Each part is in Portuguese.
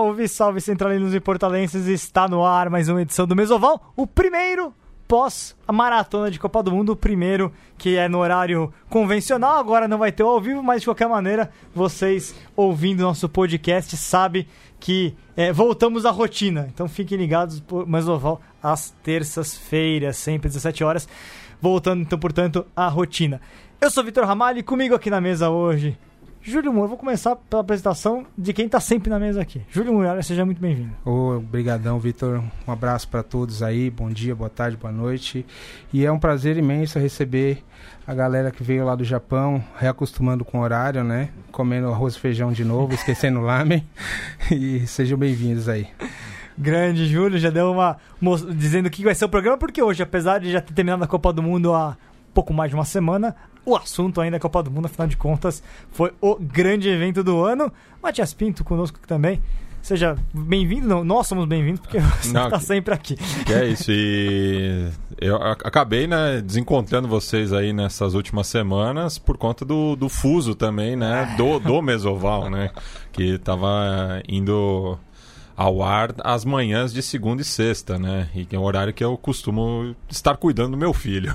Salve, salve centralinos e portalenses, está no ar mais uma edição do Mesoval, o primeiro pós a maratona de Copa do Mundo, o primeiro que é no horário convencional, agora não vai ter ao vivo, mas de qualquer maneira, vocês ouvindo nosso podcast sabem que voltamos à rotina, então fiquem ligados pro Mesoval às terças-feiras, sempre às 17 horas, voltando então, portanto, à rotina. Eu sou Vitor Ramalho e comigo aqui na mesa hoje, Júlio Moura. Vou começar pela apresentação de quem está sempre na mesa aqui. Júlio Moura, seja muito bem-vindo. Obrigadão, Vitor. Um abraço para todos aí. Bom dia, boa tarde, boa noite. E é um prazer imenso receber a galera que veio lá do Japão, reacostumando com o horário, né? Comendo arroz e feijão de novo, esquecendo o lamen. E sejam bem-vindos aí. Grande Júlio, já deu dizendo o que vai ser o programa, porque hoje, apesar de já ter terminado a Copa do Mundo há pouco mais de uma semana, o assunto ainda é a Copa do Mundo, afinal de contas, foi o grande evento do ano. Matias Pinto conosco aqui também. Seja bem-vindo, não, nós somos bem-vindos, porque você está sempre aqui. Que é isso, e eu acabei, né, desencontrando vocês aí nessas últimas semanas por conta do fuso também, né, do Mesoval, né, que estava indo ao ar às manhãs de segunda e sexta, né? E que é um horário que eu costumo estar cuidando do meu filho.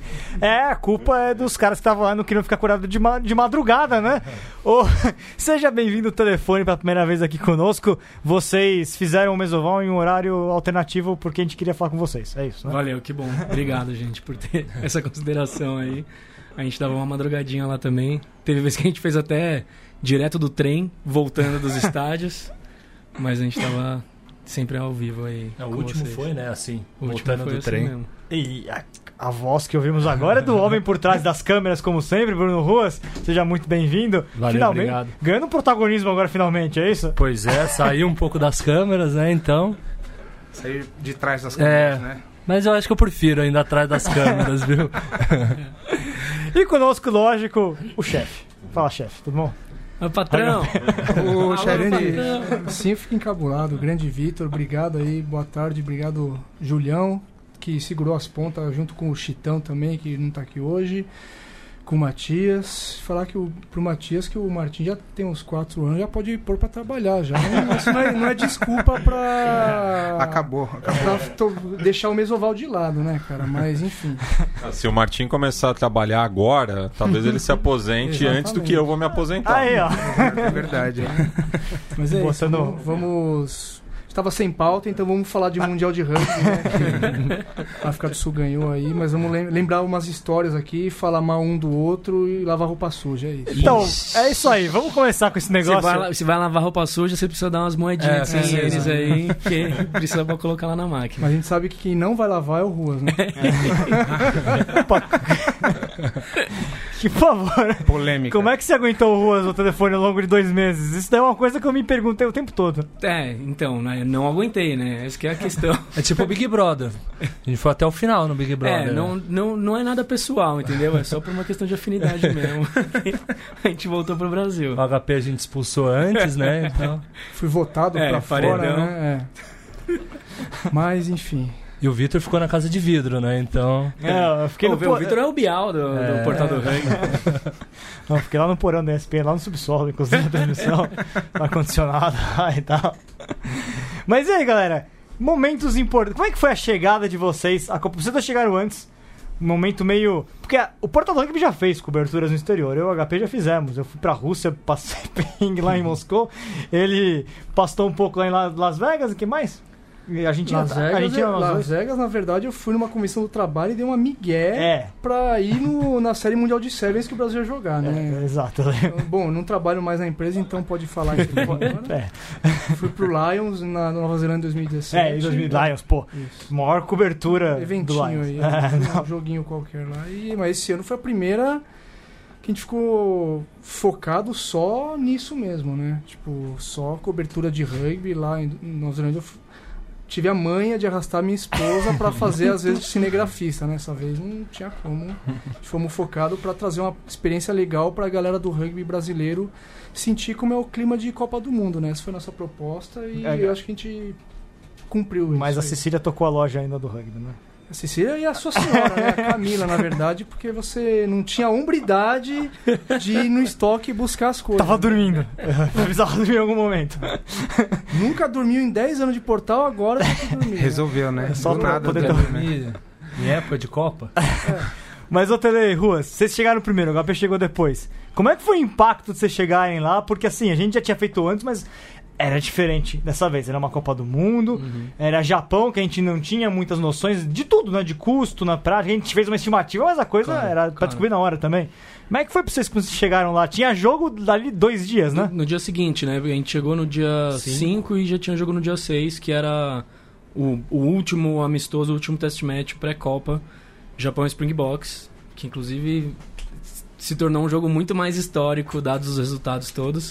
A culpa é dos caras que estavam lá e não queriam ficar acordado de madrugada, né? Seja bem-vindo ao telefone pela primeira vez aqui conosco. Vocês fizeram o Mesoval em um horário alternativo porque a gente queria falar com vocês. É isso, né? Valeu, que bom. Obrigado, gente, por ter essa consideração aí. A gente dava uma madrugadinha lá também. Teve vez que a gente fez até direto do trem, voltando dos estádios. Mas a gente tava sempre ao vivo aí. O último vocês. Foi, né? Assim, voltando do trem. Assim mesmo. E a voz que ouvimos agora é do homem por trás das câmeras, como sempre, Bruno Ruas. Seja muito bem-vindo. Valeu, finalmente, obrigado. Ganhando protagonismo agora, finalmente, é isso? Pois é, saiu um pouco das câmeras, né? Então. Saiu de trás das câmeras, né? Mas eu acho que eu prefiro ainda atrás das câmeras, viu? E conosco, lógico, o chefe. Fala, chefe, tudo bom? Meu patrão! O chefe, sim, fica encabulado. Grande Vitor, obrigado aí, boa tarde, obrigado Julião, que segurou as pontas junto com o Chitão também, que não tá aqui hoje, com o Matias. Falar pro Matias que o Martim já tem uns 4 anos, já pode pôr pra trabalhar já. Isso não é desculpa pra... Acabou. Pra deixar o Mesoval de lado, né, cara? Mas, enfim. Se o Martim começar a trabalhar agora, talvez ele se aposente antes do que eu vou me aposentar. Aí, ó. É verdade. Mas é isso, vamos... Estava sem pauta, então vamos falar de Mundial de Rugby, né? A África do Sul ganhou aí, mas vamos lembrar umas histórias aqui, falar mal um do outro e lavar roupa suja, é isso. Então, é isso aí, vamos começar com esse negócio. Se vai lavar roupa suja, você precisa dar umas moedinhas eles aí, que precisa pra colocar lá na máquina. Mas a gente sabe que quem não vai lavar é o Ruas, né? Que, por favor. Polêmica. Como é que você aguentou o Ruas no telefone ao longo de 2 meses? Isso daí é uma coisa que eu me perguntei o tempo todo. Então, né? Não aguentei, né? Essa que é a questão. É tipo o Big Brother. A gente foi até o final no Big Brother. Não é nada pessoal, entendeu? É só por uma questão de afinidade mesmo. A gente voltou pro Brasil. O HP a gente expulsou antes, né? Então... Fui votado pra fora, né? Mas, enfim... E o Vitor ficou na casa de vidro, né? Então... eu fiquei o Vitor é o Bial do Portal do Rugby. Não, fiquei lá no porão da ESPN, lá no subsolo, inclusive a transmissão, no ar-condicionado e tal. Mas e aí, galera? Momentos importantes. Como é que foi a chegada de vocês? Vocês chegaram antes. Um momento meio... Porque o Portal do Rugby já fez coberturas no exterior. Eu e o HP já fizemos. Eu fui pra Rússia, passei perrengue lá em Moscou. Ele pastou um pouco lá em Las Vegas. E o que mais? Las Vegas, na verdade, eu fui numa comissão do trabalho e dei uma migué pra ir na Série Mundial de Sevens que o Brasil ia jogar, né? Exato. Bom, não trabalho mais na empresa, então pode falar isso agora. Fui pro Lions na Nova Zelândia em 2017. Em 2000, Lions, pô. Isso. Maior cobertura eventinho do Lions. Aí, um joguinho qualquer lá. Mas esse ano foi a primeira que a gente ficou focado só nisso mesmo, né? Tipo, só cobertura de rugby lá em Nova Zelândia. Tive a manha de arrastar minha esposa para fazer, às vezes, de cinegrafista, né? Essa vez não tinha como. Fomos focados para trazer uma experiência legal para a galera do rugby brasileiro sentir como é o clima de Copa do Mundo, né? Essa foi a nossa proposta e eu acho que a gente cumpriu isso. Mas a Cecília tocou a loja ainda do rugby, né? A Cecília e a sua senhora, né? A Camila, na verdade, porque você não tinha hombridade de ir no estoque e buscar as coisas. Tava dormindo. Eu precisava dormir em algum momento. Nunca dormiu em 10 anos de portal, agora tá dormindo. Resolveu, né? Só Do pra nada poder dormir, Dormir em época de Copa? Mas, ô Tele, Ruas, vocês chegaram primeiro, o HP chegou depois. Como é que foi o impacto de vocês chegarem lá? Porque assim, a gente já tinha feito antes, mas era diferente dessa vez. Era uma Copa do Mundo, era Japão, que a gente não tinha muitas noções de tudo, né? De custo, na prática. A gente fez uma estimativa, mas a coisa era pra descobrir na hora também. Como é que foi pra vocês quando vocês chegaram lá? Tinha jogo dali 2 dias, né? No dia seguinte, né? A gente chegou no dia 5 e já tinha jogo no dia 6, que era o último amistoso, o último test match pré-Copa, Japão Springboks, que inclusive se tornou um jogo muito mais histórico, dados os resultados todos.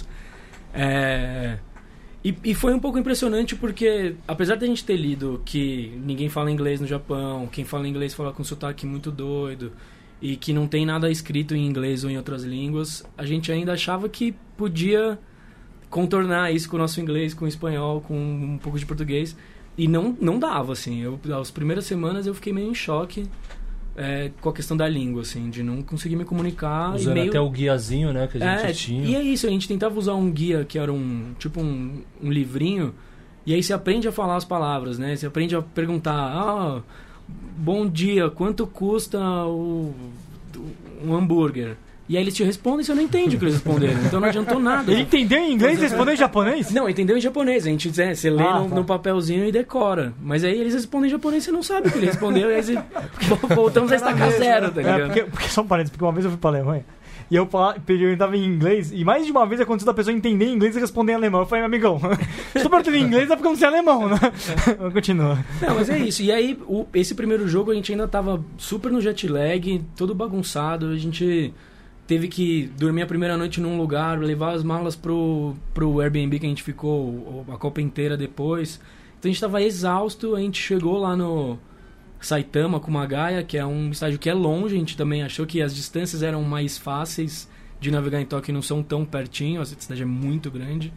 E foi um pouco impressionante porque, apesar de a gente ter lido que ninguém fala inglês no Japão, quem fala inglês fala com sotaque muito doido, e que não tem nada escrito em inglês ou em outras línguas, a gente ainda achava que podia contornar isso com o nosso inglês, com o espanhol, com um pouco de português. E não dava, assim. As primeiras semanas eu fiquei meio em choque com a questão da língua, assim, de não conseguir me comunicar. Usando meio... até o guiazinho, né, que a gente tinha. E é isso, a gente tentava usar um guia que era um livrinho, e aí você aprende a falar as palavras, né? Você aprende a perguntar, bom dia, quanto custa um hambúrguer? E aí eles te respondem e você não entende o que eles responderam. Então não adiantou nada. Ele entendeu em inglês e respondeu em japonês? Não, entendeu em japonês. A gente você lê no papelzinho e decora. Mas aí eles respondem em japonês e você não sabe o que ele respondeu. E aí voltamos a estacar zero, tá ligado? Porque só um parênteses, porque uma vez eu fui pra Alemanha e eu perguntava em inglês, e mais de uma vez aconteceu da pessoa entender em inglês e responder em alemão. Eu falei, amigão, estou perguntando em inglês, é porque eu não sei alemão, né? Continua. Não, mas é isso. E aí, esse primeiro jogo a gente ainda tava super no jet lag, todo bagunçado. A gente teve que dormir a primeira noite num lugar, levar as malas pro Airbnb que a gente ficou a Copa inteira depois. Então a gente tava exausto, a gente chegou lá no Saitama, Kumagaya, que é um estádio que é longe. A gente também achou que as distâncias eram mais fáceis de navegar em Tóquio e não são tão pertinho. A cidade é muito grande.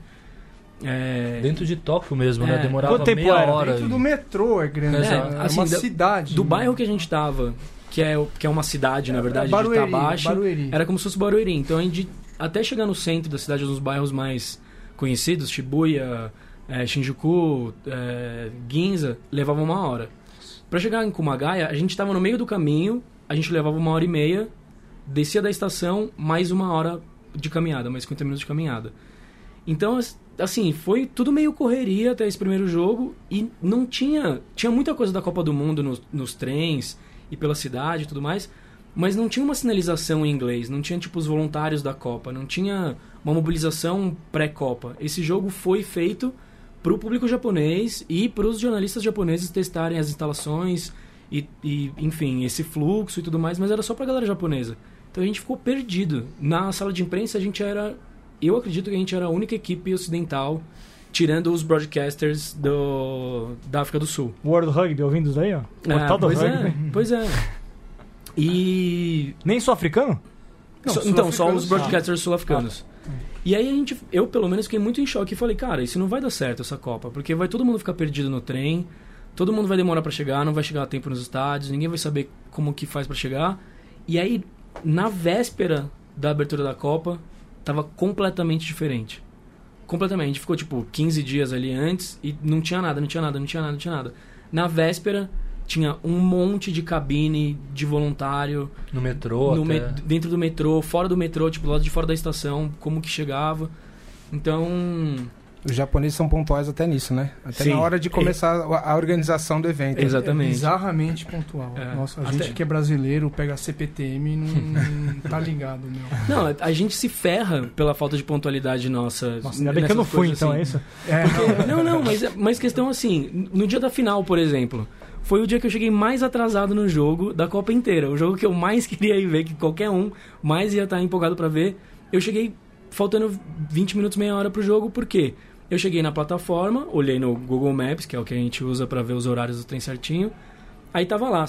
Dentro de Tóquio mesmo, né? Demorava Quanto tempo meia era? hora. Dentro do metrô é grande. É assim, uma cidade. Do bairro que a gente tava, que é uma cidade, na verdade, de Itabashi, era como se fosse Barueri. Então a gente, até chegar no centro da cidade, nos bairros mais conhecidos, Shibuya, Shinjuku, Ginza, levava 1 hora. Pra chegar em Kumagaya, a gente tava no meio do caminho, a gente levava 1h30, descia da estação, mais 1 hora de caminhada, mais 50 minutos de caminhada. Então, assim, foi tudo meio correria até esse primeiro jogo, e não tinha muita coisa da Copa do Mundo nos trens e pela cidade e tudo mais, mas não tinha uma sinalização em inglês, não tinha tipo os voluntários da Copa, não tinha uma mobilização pré-Copa. Esse jogo foi feito para o público japonês e para os jornalistas japoneses testarem as instalações e enfim, esse fluxo e tudo mais, mas era só para a galera japonesa. Então a gente ficou perdido. Na sala de imprensa eu acredito que a gente era a única equipe ocidental, tirando os broadcasters da África do Sul. World Rugby, ouvindo isso aí, ó? Portal do Rugby. Pois é. E... Nem sul-africano? Então, só os broadcasters sul-africanos. E aí eu pelo menos fiquei muito em choque e falei, cara, isso não vai dar certo essa Copa, porque vai todo mundo ficar perdido no trem, todo mundo vai demorar pra chegar, não vai chegar a tempo nos estádios, ninguém vai saber como que faz pra chegar. E aí, na véspera da abertura da Copa, tava completamente diferente. Completamente. A gente ficou, 15 dias ali antes e não tinha nada. Na véspera, tinha um monte de cabine de voluntário. No metrô, dentro do metrô, fora do metrô, do lado de fora da estação, como que chegava. Então... Os japoneses são pontuais até nisso, né? Até na hora de começar a organização do evento. Exatamente. É bizarramente pontual. Nossa, a gente que é brasileiro pega CPTM e não tá ligado, meu. Não, a gente se ferra pela falta de pontualidade nossa. Nossa, ainda bem que eu não fui, então, assim. é isso? Mas questão assim, no dia da final, por exemplo, foi o dia que eu cheguei mais atrasado no jogo da Copa inteira. O jogo que eu mais queria ir ver, que qualquer um mais ia estar empolgado pra ver. Eu cheguei faltando 20 minutos, meia hora pro jogo, por quê? Eu cheguei na plataforma, olhei no Google Maps, que é o que a gente usa pra ver os horários do trem certinho. Aí tava lá,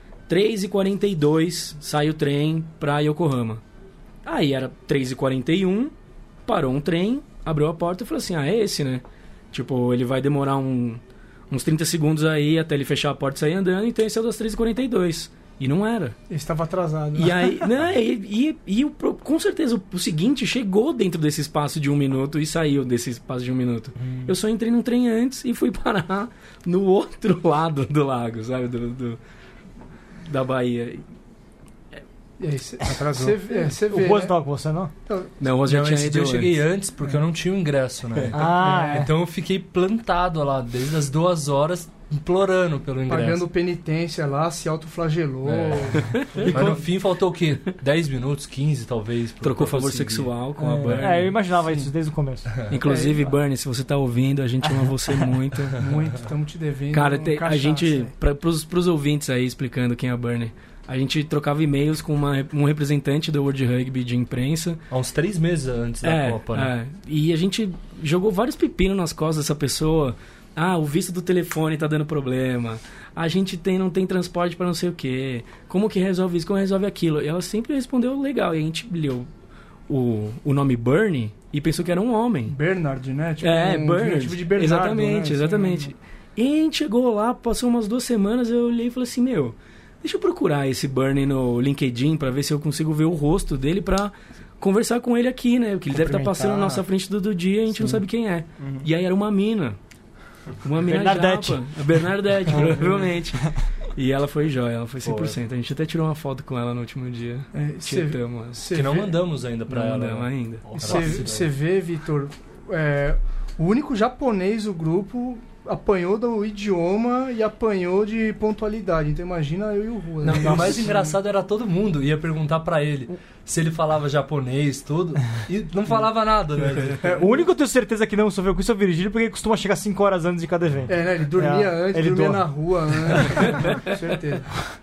3h42 sai o trem pra Yokohama. Aí era 3h41, parou um trem, abriu a porta e falou assim, é esse, né? Ele vai demorar uns 30 segundos aí até ele fechar a porta e sair andando, então esse é o das 3h42. E não era. Ele estava atrasado. E aí, com certeza, o seguinte chegou dentro desse espaço de 1 minuto e saiu desse espaço de 1 minuto. Eu só entrei num trem antes e fui parar no outro lado do lago, sabe? Da Bahia. E aí, Atrasou. Você vê, O Boas né? não com você, não? Não, hoje já Não, tinha esse ido dia eu antes. cheguei antes porque eu não tinha o ingresso, né? Então eu fiquei plantado lá desde as 2 horas implorando pelo ingresso. Pagando penitência lá, se autoflagelou. Mas no fim faltou o quê? 10 minutos, 15 talvez. Trocou pra favor conseguir. sexual com a Bernie. Eu imaginava isso desde o começo. Inclusive, Bernie, se você tá ouvindo, a gente ama você muito. Muito, estamos te devendo. Cara, um a cachaça gente, aí. pros ouvintes aí, explicando quem é a Bernie, a gente trocava e-mails com um representante do World Rugby de imprensa. Há uns 3 meses antes da Copa, né? E a gente jogou vários pepinos nas costas dessa pessoa. O visto do telefone tá dando problema. A gente não tem transporte para não sei o quê. Como que resolve isso? Como resolve aquilo? E ela sempre respondeu legal. E a gente leu o nome Bernie e pensou que era um homem. Bernard, né? Tipo, Bernard. tipo de Bernardo, Exatamente, né? exatamente. E a gente chegou lá, passou umas 2 semanas, eu olhei e falei assim, deixa eu procurar esse Bernie no LinkedIn pra ver se eu consigo ver o rosto dele pra conversar com ele aqui, né? Porque ele deve estar passando na nossa frente todo dia e a gente não sabe quem é. E aí era uma mina. Uma mina Bernadette. japa. Bernadette, provavelmente. E ela foi jóia, ela foi 100%. A gente até tirou uma foto com ela no último dia. Tietamos. Que não mandamos ainda pra Não ela. mandamos ainda. Você vê, Vitor, o único japonês do grupo apanhou do idioma e apanhou de pontualidade. Então imagina eu e o Rua. Não, né? o mais engraçado era todo mundo ia perguntar pra ele se ele falava japonês, tudo, e não falava nada, né? O único que eu tenho certeza que não sofreu com isso é o Virgílio, porque ele costuma chegar 5 horas antes de cada evento. Né? Ele dormia antes, ele dormia doa. na rua antes. Com certeza.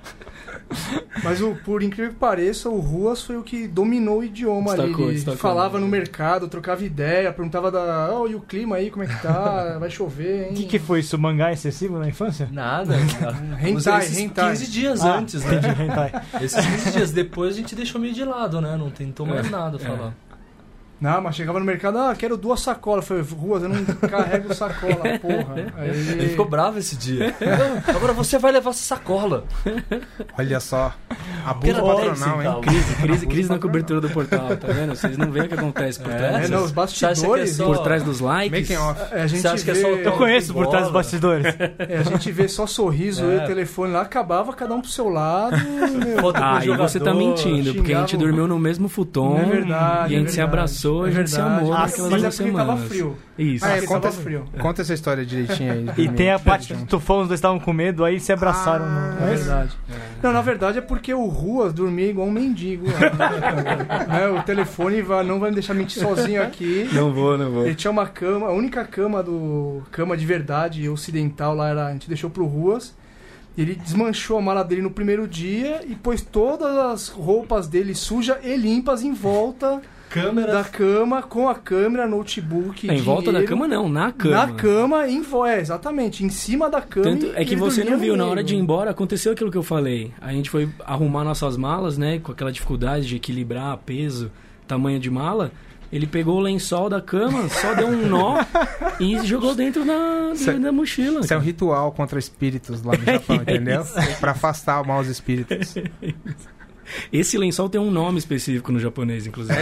Mas por incrível que pareça, o Ruas foi o que dominou o idioma ali. Ele falava no mercado, trocava ideia, perguntava e o clima aí, como é que tá? Vai chover, hein? O que foi isso? Mangá excessivo na infância? Nada. Hentai. 15 dias antes, né? Entendi, hentai. Esses 15 dias depois a gente deixou meio de lado, né? Não tentou mais nada falar. Não, mas chegava no mercado, quero 2 sacolas. Eu falei, Ruas, eu não carrego sacola, porra. Aí... Ele ficou bravo esse dia. Agora você vai levar essa sacola. Olha só. Abuso Era patronal, hein? Crise na cobertura do portal, tá vendo? Vocês não veem o que acontece por trás. Os bastidores, por trás dos likes. Making off. A gente Você acha que é só o Eu conheço por trás dos bola. bastidores. a gente vê só sorriso e o telefone lá, acabava cada um pro seu lado. Foto com o E você tá jogador, mentindo, porque a gente xingava- dormiu no mesmo futon. Não é verdade, E a gente é se verdade. abraçou, a É gente se verdade. amou Ah, naquelas Mas 2 é porque tava semanas. frio. Isso. Porque conta, tava frio. conta essa história direitinho aí. E tem a parte do tufão, os dois estavam com medo, aí se abraçaram. É verdade. Não, na verdade é porque o Ruas dormia igual um mendigo. Né? O telefone não vai me deixar mentir sozinho aqui. Não vou. Ele tinha uma cama, a única cama de verdade ocidental lá a gente deixou pro Ruas. Ele desmanchou a mala dele no primeiro dia e pôs todas as roupas dele sujas e limpas em volta da cama, com a câmera, notebook. Em volta da dinheiro. cama não, na cama. Na cama, exatamente, em cima da cama. Tanto é que ele você dormia não viu, no na meio. hora de ir embora aconteceu aquilo que eu falei. A gente foi arrumar nossas malas, né, com aquela dificuldade de equilibrar peso, tamanho de mala. Ele pegou o lençol da cama, só deu um nó e jogou dentro da mochila. Isso é um ritual contra espíritos lá no Japão, entendeu? Pra afastar maus espíritos. Esse lençol tem um nome específico no japonês, inclusive.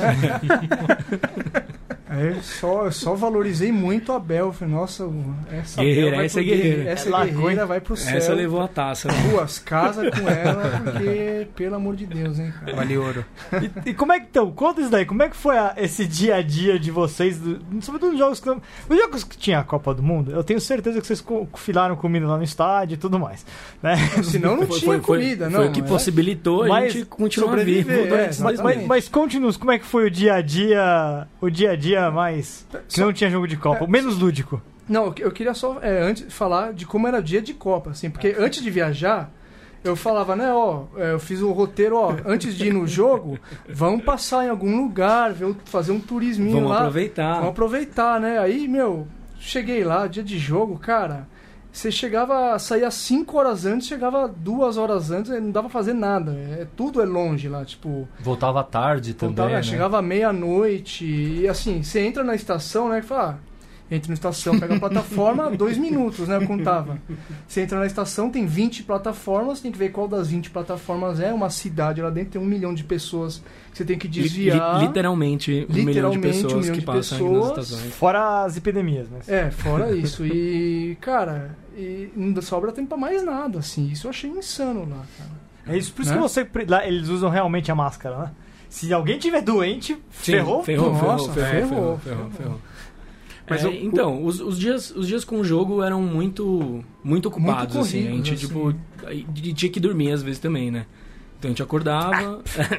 Eu só valorizei muito a Bel. Eu falei, nossa, essa Guerreira, Bel vai essa é pro guerreira. Essa Ela guerreira vai pro céu. Essa levou a taça. Duas casas com ela, porque, pelo amor de Deus, hein, cara. Vale ouro. E como é que então? Conta isso daí. Como é que foi esse dia a dia de vocês? Sobretudo nos jogos que tinha a Copa do Mundo, eu tenho certeza que vocês filaram comida lá no estádio e tudo mais. Né? Senão não tinha comida, não. Foi o que possibilitou a gente continuar vivo. sobreviver, Mas conte-nos como é que foi o dia a dia mais que não tinha jogo de Copa, o menos lúdico. Não, eu queria só antes falar de como era o dia de Copa, assim, porque antes de viajar, eu falava, né, eu fiz o roteiro, antes de ir no jogo, vamos passar em algum lugar, fazer um turisminho Vamos lá. aproveitar. Vamos aproveitar, né? Aí, cheguei lá, dia de jogo, cara, você saía 5 horas antes, chegava 2 horas antes, não dava pra fazer nada. Tudo é longe lá, tipo... Voltava à tarde também, né? Chegava à meia-noite e assim, você entra na estação, né, e fala... Entra na estação, pega a plataforma, 2 minutos, né? Eu contava. Você entra na estação, tem 20 plataformas, tem que ver qual das 20 plataformas é. Uma cidade lá dentro, tem 1 milhão de pessoas que você tem que desviar. Literalmente 1 milhão de pessoas que passam aí nas estações. Fora as epidemias, né? Fora isso. E, cara, não sobra tempo pra mais nada, assim. Isso eu achei insano lá, cara. É isso, por isso que lá, eles usam realmente a máscara, né? Se alguém tiver doente, ferrou. Ferrou. Mas então, os dias com o jogo eram muito ocupados, muito assim. A gente, tipo, tinha que dormir às vezes também, né? Então a gente acordava.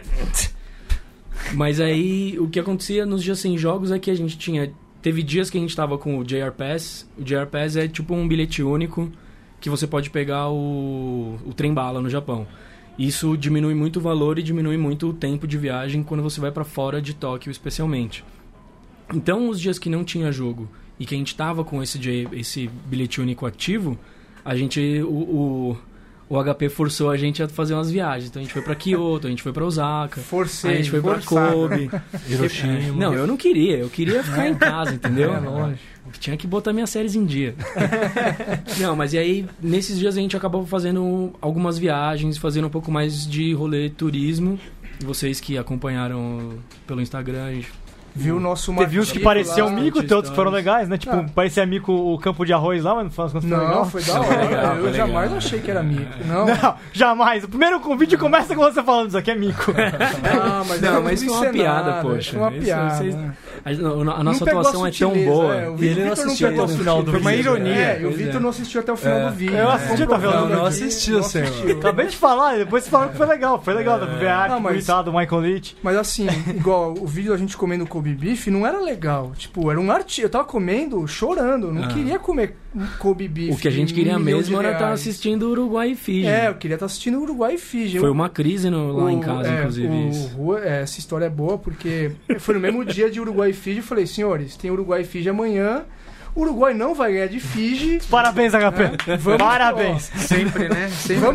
Mas aí, o que acontecia nos dias sem jogos é que a gente teve dias que a gente tava com o JR Pass. O JR Pass é tipo um bilhete único que você pode pegar o trem-bala no Japão. Isso diminui muito o valor e diminui muito o tempo de viagem quando você vai pra fora de Tóquio, especialmente. Então, os dias que não tinha jogo e que a gente tava com esse bilhete único ativo, a gente, o HP forçou a gente a fazer umas viagens. Então, a gente foi pra Kyoto, a gente foi pra Osaka, a gente foi pra Kobe, Hiroshima. Não, eu não queria. Eu queria ficar em casa, entendeu? Lógico. Tinha que botar minhas séries em dia. Não, mas e aí, nesses dias a gente acabou fazendo algumas viagens, fazendo um pouco mais de rolê turismo. Vocês que acompanharam pelo Instagram, a gente viu o nosso Teve uns que pareciam mico, tem outros que foram legais, né? Tipo, parecia mico o campo de arroz lá, mas não foi legal. Não, foi da hora. Eu jamais achei que era mico. Não, jamais. O primeiro convite começa com você falando isso aqui é mico. Mas foi uma piada, poxa. Foi uma piada. A nossa atuação é tão boa. E ele não assistiu até o final do vídeo. Foi uma ironia. E o Vitor não assistiu até o final do vídeo. Eu assisti até o final do vídeo. Não assistiu, senhor. Acabei de falar, depois você falou que foi legal. Foi legal, ver a arte bonita do Michael Leach. Mas assim, igual o vídeo da gente comendo Kobe Beef não era legal. Tipo, era um artista. Eu tava comendo, chorando. Eu não queria comer Kobe Beef. O que a gente queria mesmo era estar assistindo Uruguai e Fiji. Eu queria estar assistindo Uruguai e Fiji. Foi uma crise lá em casa, inclusive. Essa história é boa, porque foi no mesmo dia de Uruguai e Fiji. Eu falei, senhores, tem Uruguai e Fiji amanhã. O Uruguai não vai ganhar de Fiji. Parabéns, HP. Parabéns. Sempre, né?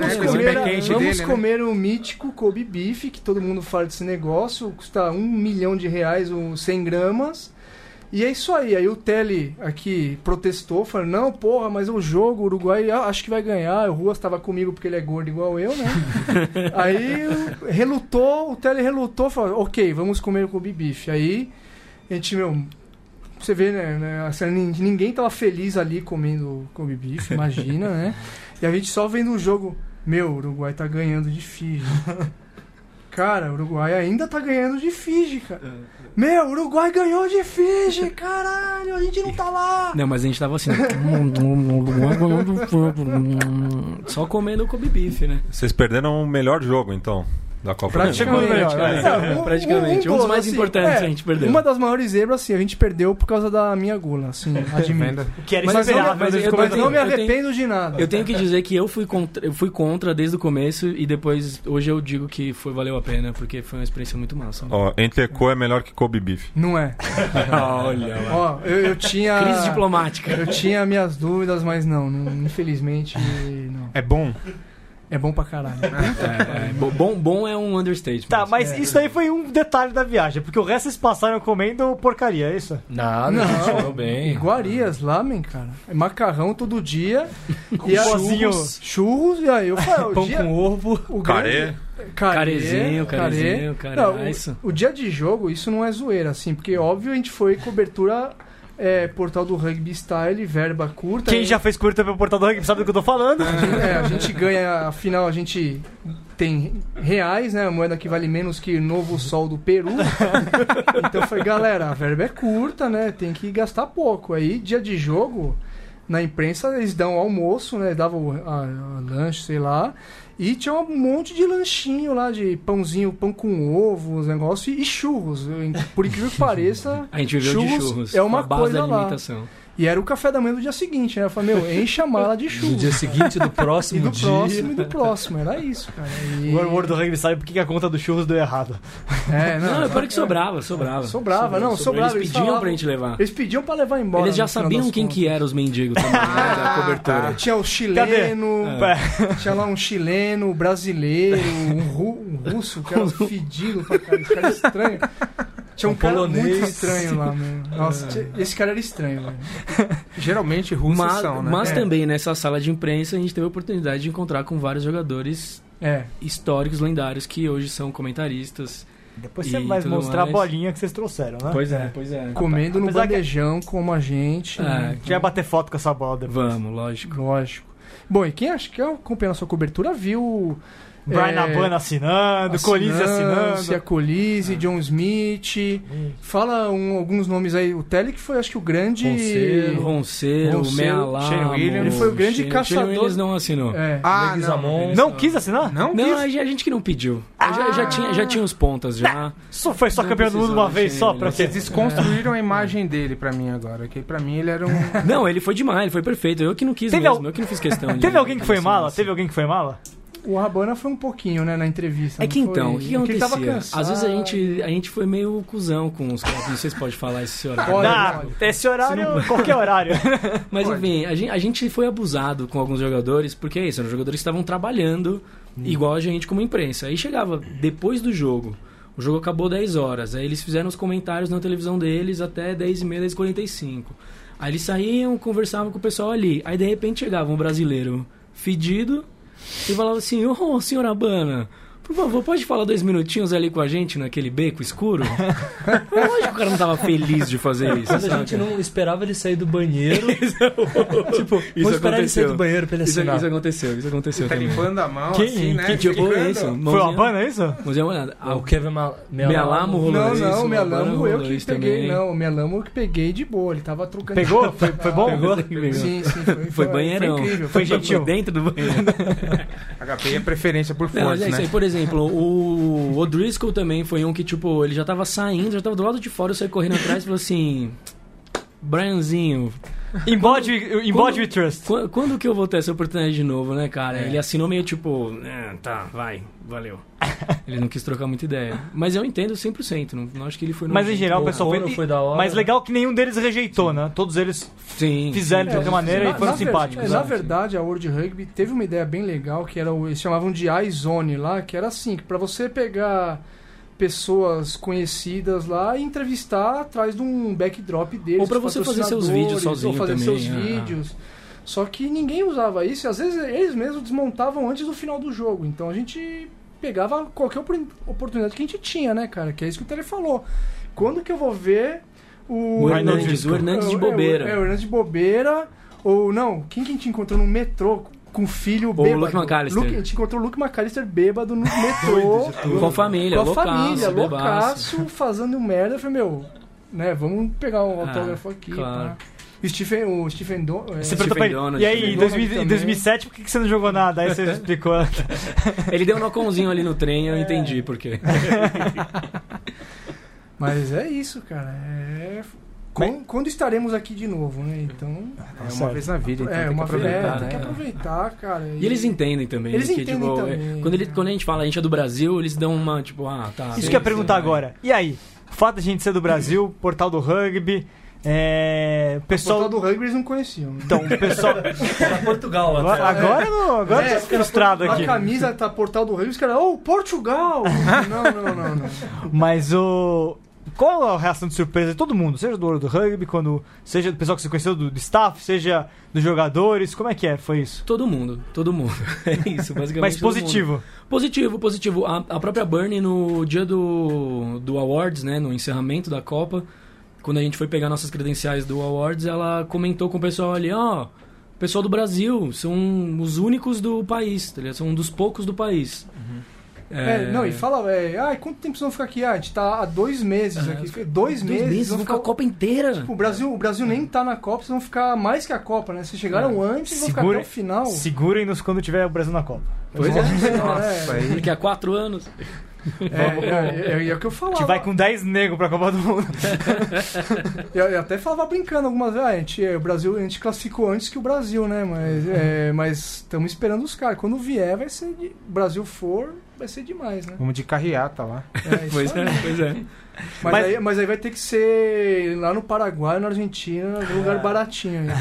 Vamos comer o mítico Kobe Beef, que todo mundo fala desse negócio. Custa R$1 milhão, 100 gramas. E é isso aí. Aí o Tele aqui protestou, falou, não, porra, mas o jogo, o Uruguai acho que vai ganhar. O Ruas estava comigo porque ele é gordo igual eu, né? Aí o Tele relutou, falou, ok, vamos comer o Kobe Beef. Aí a gente, você vê, né? Assim, ninguém tava feliz ali comendo Kobe Beef, imagina, né? E a gente só vendo o jogo, o Uruguai tá ganhando de Fiji. Cara, o Uruguai ainda tá ganhando de Fiji, cara. O Uruguai ganhou de Fiji, caralho, a gente não tá lá. Não, mas a gente tava assim, só comendo o Kobe Beef, né? Vocês perderam o melhor jogo, então, da Copa do Mundo. Praticamente. Um dos mais importantes a gente perdeu. Uma das maiores zebras, assim, a gente perdeu por causa da minha gula, assim, admito. Que era esperado, mas eu não me arrependo de nada. Eu tenho que dizer que eu fui contra desde o começo e depois, hoje eu digo que valeu a pena, porque foi uma experiência muito massa. Entrecô é melhor que Kobe Beef. Não é. Olha lá. Eu tinha... Crise diplomática. Eu tinha minhas dúvidas, mas não, infelizmente, não. É bom? É bom pra caralho. Bom é um understatement. Tá, mas isso aí foi um detalhe da viagem, porque o resto vocês passaram comendo porcaria, é isso? Nada, chegou bem. Iguarias, lamen, cara. Macarrão todo dia. E churros, e aí eu falei, pão com ovo. Carezinho. O dia de jogo, isso não é zoeira, assim, porque óbvio a gente foi cobertura... portal do Rugby Style, verba curta. Quem já fez curta pelo portal do Rugby sabe do que eu tô falando. A gente ganha, afinal, a gente tem reais, né? A moeda que vale menos que Novo Sol do Peru. Então foi, galera, a verba é curta, né? Tem que gastar pouco. Aí, dia de jogo, na imprensa, eles dão almoço, né? Davam lanche, sei lá. E tinha um monte de lanchinho lá, de pãozinho, pão com ovo, os negócios, e churros. Por incrível que pareça, a gente viveu de churros. É uma base coisa da alimentação. Lá. E era o café da manhã do dia seguinte, né? Eu falei, enche a mala de churros. Do dia seguinte, do próximo dia. E do próximo, era isso, cara. O World do Rugby sabe por que a conta do churros deu errado. Pior que sobrava. Eles pediam pra gente levar. Eles pediam pra levar embora. Eles já sabiam quem que eram os mendigos também, né, da cobertura. Tinha o chileno, tinha lá um chileno, brasileiro, um russo, que era fedido pra cara, esse cara estranho. Tinha um cara polonês. muito estranho lá, meu. Nossa, esse cara era estranho, velho. Geralmente russos são, né? Mas também nessa sala de imprensa a gente teve a oportunidade de encontrar com vários jogadores históricos, lendários, que hoje são comentaristas. Depois você vai mostrar a bolinha que vocês trouxeram, né? Pois é. Comendo no bandejão como a gente. A gente vai bater foto com essa bola depois. Vamos, lógico. Bom, e quem acha que acompanha a sua cobertura viu... Brian Abana assinando, Colise assinando. A Colise, John Smith. Fala alguns nomes aí. O Telly que foi, acho que o grande... Ronceiro, o Mealá. Shane Williams. Ele foi o grande caçador. Shane Williams não assinou. Não quis assinar? Não, a gente que não pediu. Já tinha os pontas já. Foi só campeão do mundo uma vez só? Pra quê? Vocês desconstruíram a imagem dele pra mim agora. Que pra mim ele era um... Não, ele foi demais, ele foi perfeito. Eu que não quis mesmo, eu que não fiz questão. Teve alguém que foi mala? Teve alguém que foi mala? O Rabana foi um pouquinho, né, na entrevista. É que então, o que acontecia? Tava cansado. Às vezes a gente foi meio cuzão com os caras. Não sei se pode falar esse horário. Pode. Esse horário, qualquer horário. Mas enfim, a gente foi abusado com alguns jogadores, porque é isso, eram jogadores que estavam trabalhando igual a gente como imprensa. Aí chegava depois do jogo, o jogo acabou 10 horas, aí eles fizeram os comentários na televisão deles até 10h30, 10h45. Aí eles saíam, conversavam com o pessoal ali. Aí de repente chegava um brasileiro fedido e falava assim: ô, senhor Abana, por favor, pode falar 2 minutinhos ali com a gente naquele beco escuro? Lógico que o cara não tava feliz de fazer isso. Mas a gente não esperava ele sair do banheiro. Vamos esperar ele sair do banheiro pra ele assinar. Isso aconteceu Tá também. limpando a mão, Quem? assim, né? Que tipo esse? Foi o Abana, é isso? O Kevin Mealamo rolou isso. Não, o Mealamo eu que isso peguei. também. Não, o Mealamo eu que peguei de boa. Ele tava trocando. Pegou? Foi bom? Pegou? Sim, Foi banheirão. Foi incrível. Foi gentil. Dentro do banheiro. HP é preferência por Não, força, é isso né? aí, por exemplo, o O'Driscoll também foi um que, tipo, ele já tava saindo, já tava do lado de fora, eu saí correndo atrás e falei assim: Brianzinho, Embody we trust. quando que eu vou ter essa oportunidade de novo, né, cara? Ele assinou meio tipo, tá, vai, valeu. Ele não quis trocar muita ideia. Mas eu entendo 100%, não acho que ele foi... Mas em geral o pessoal foi da hora. Mas legal que nenhum deles rejeitou, né? Todos eles fizeram de qualquer maneira e foram simpáticos. Na verdade, a World Rugby teve uma ideia bem legal, que era eles chamavam de iZone lá, que era assim, que pra você pegar pessoas conhecidas lá e entrevistar atrás de um backdrop deles. Ou pra você fazer seus vídeos sozinho ou fazer também. seus vídeos. Só que ninguém usava isso, e às vezes eles mesmos desmontavam antes do final do jogo. Então a gente pegava qualquer oportunidade que a gente tinha, né, cara? Que é isso que o Tele falou. Quando que eu vou ver o Hernandes de bobeira. O Hernandes de bobeira. Ou não, quem que a gente encontrou no metrô com o filho bêbado? O Luke McAllister. A gente encontrou o Luke McAllister bêbado no metrô. Com a família, loucaço, fazendo merda. Eu falei, né, vamos pegar um autógrafo aqui. Claro. Tá? O Stephen Donald. E aí, em 2007, por que você não jogou nada? Aí você explicou. Ele deu um nocãozinho ali no trem, eu entendi por quê. Mas é isso, cara. Quando estaremos aqui de novo, né? Então... É uma vez na vida, então tem que aproveitar. Tem que aproveitar, cara. E eles entendem também. Eles entendem também. Quando a gente fala, a gente é do Brasil, eles dão uma, tipo, tá... Isso que eu ia perguntar agora. E aí? O fato de a gente ser do Brasil, portal do rugby... pessoal... O portal do rugby eles não conheciam. Então, o pessoal... Tá Portugal lá. Agora tô frustrado aqui. A camisa tá portal do rugby, os caras... Portugal! Não. Mas qual a reação de surpresa de todo mundo? Seja do rugby, seja do pessoal que você conheceu do staff, seja dos jogadores, como é que foi isso? Todo mundo. É isso, basicamente. Mas positivo? Positivo. A própria Bernie, no dia do Awards, né, no encerramento da Copa, quando a gente foi pegar nossas credenciais do Awards, ela comentou com o pessoal ali, o pessoal do Brasil são os únicos do país, tá ligado? São um dos poucos do país. E fala, quanto tempo vocês vão ficar aqui? A gente tá há 2 meses aqui. 2 meses? Vão ficar a Copa inteira. Tipo, o Brasil nem tá na Copa, vocês vão ficar mais que a Copa, né? Vocês chegaram antes e vão ficar até o final. Segurem-nos quando tiver o Brasil na Copa. Pois é. Daqui a 4 anos. É o que eu falava. A gente vai com 10 negros pra Copa do Mundo. Eu até falava brincando algumas vezes, o Brasil, a gente classificou antes que o Brasil, né? Mas estamos esperando os caras. Quando vier, vai ser. O Brasil for. vai ser demais, né? Vamos de carreata lá. Pois é. Mas aí vai ter que ser lá no Paraguai, na Argentina, num lugar baratinho. Né?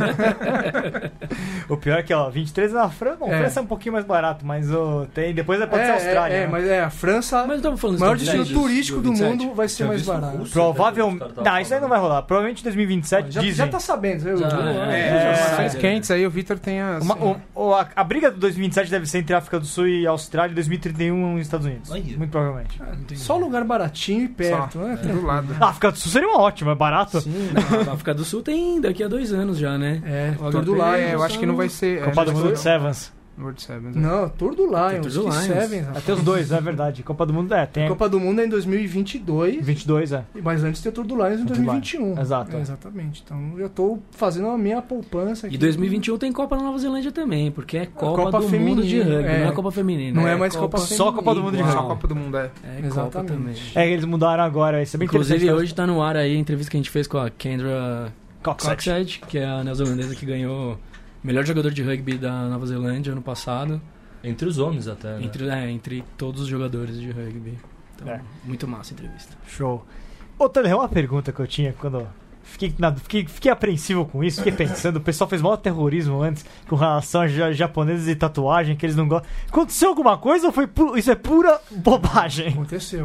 O pior é que, 23 na França. Bom, França é um pouquinho mais barato, mas depois pode ser a Austrália. Né? Mas a França, o maior destino turístico do mundo, vai ser mais barato. Provavelmente. Não, isso aí não vai rolar. Provavelmente em 2027 dizem. Já tá sabendo. As quentes aí, o Vitor tem as... A briga do 2027 deve ser entre a África do Sul e a Austrália, e 2031 nos Estados Unidos. Muito provavelmente. Só lugar baratinho e perto, né? Do lado. A África do Sul seria uma ótima, é barato. Sim, a África do Sul tem daqui a 2 anos já, né? Tour do Lions. Eu acho que não vai ser... Copa do Mundo de Sevens. Não, Tour do Lions. Tour do Lions. Sevens, tem os dois, é verdade. Copa do Mundo tem. Copa do Mundo é em 2022. 22, Mas antes tem o Tour do Lions em 2021. Exato. Exatamente. Então eu tô fazendo a minha poupança aqui. E 2021 tem Copa na Nova Zelândia também, porque é Copa do feminina, Mundo de rugby, não é Copa feminina. Não é mais Copa feminina. Só Copa do Mundo de rugby. Só Copa do Mundo, Exatamente. Eles mudaram agora, isso é bem Inclusive interessante. hoje tá no ar aí a entrevista que a gente fez com a Kendra Coxhead, que é a neozelandesa que ganhou melhor jogador de rugby da Nova Zelândia ano passado. Entre os homens até, né? Entre todos os jogadores de rugby. Então, muito massa a entrevista. Show. Tânia, uma pergunta que eu tinha quando... Fiquei apreensivo com isso, fiquei pensando, o pessoal fez maior terrorismo antes com relação a japoneses e tatuagem, que eles não gostam. Aconteceu alguma coisa ou isso é pura bobagem? Aconteceu.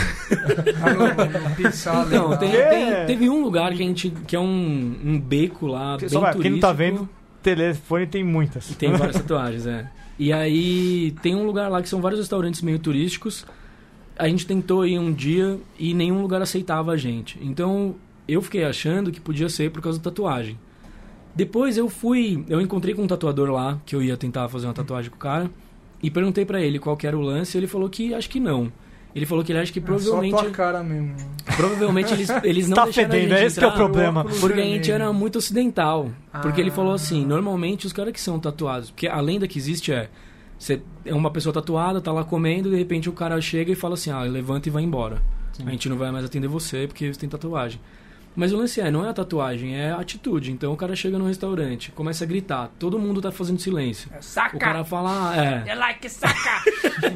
Então, teve um lugar que é um beco lá, bem turístico. Quem não tá vendo, telefone tem muitas. E tem várias tatuagens, E aí tem um lugar lá que são vários restaurantes meio turísticos. A gente tentou ir um dia e nenhum lugar aceitava a gente. Então eu fiquei achando que podia ser por causa da tatuagem. Depois eu encontrei com um tatuador lá, que eu ia tentar fazer uma tatuagem com o cara, e perguntei pra ele qual que era o lance, e ele falou que acho que não. Ele falou que ele acha que provavelmente... Só tua cara mesmo. Provavelmente eles não tá deixaram fedendo, a gente esse que é o problema. Porque a gente era muito ocidental. Porque ele falou assim, normalmente os caras que são tatuados... Porque a lenda que existe você é uma pessoa tatuada, tá lá comendo, de repente o cara chega e fala assim, levanta e vai embora. Sim. A gente não vai mais atender você porque você tem tatuagem. Mas o lance não é a tatuagem, é a atitude. Então o cara chega no restaurante, começa a gritar, todo mundo tá fazendo silêncio. Saca! O cara fala... You like saca!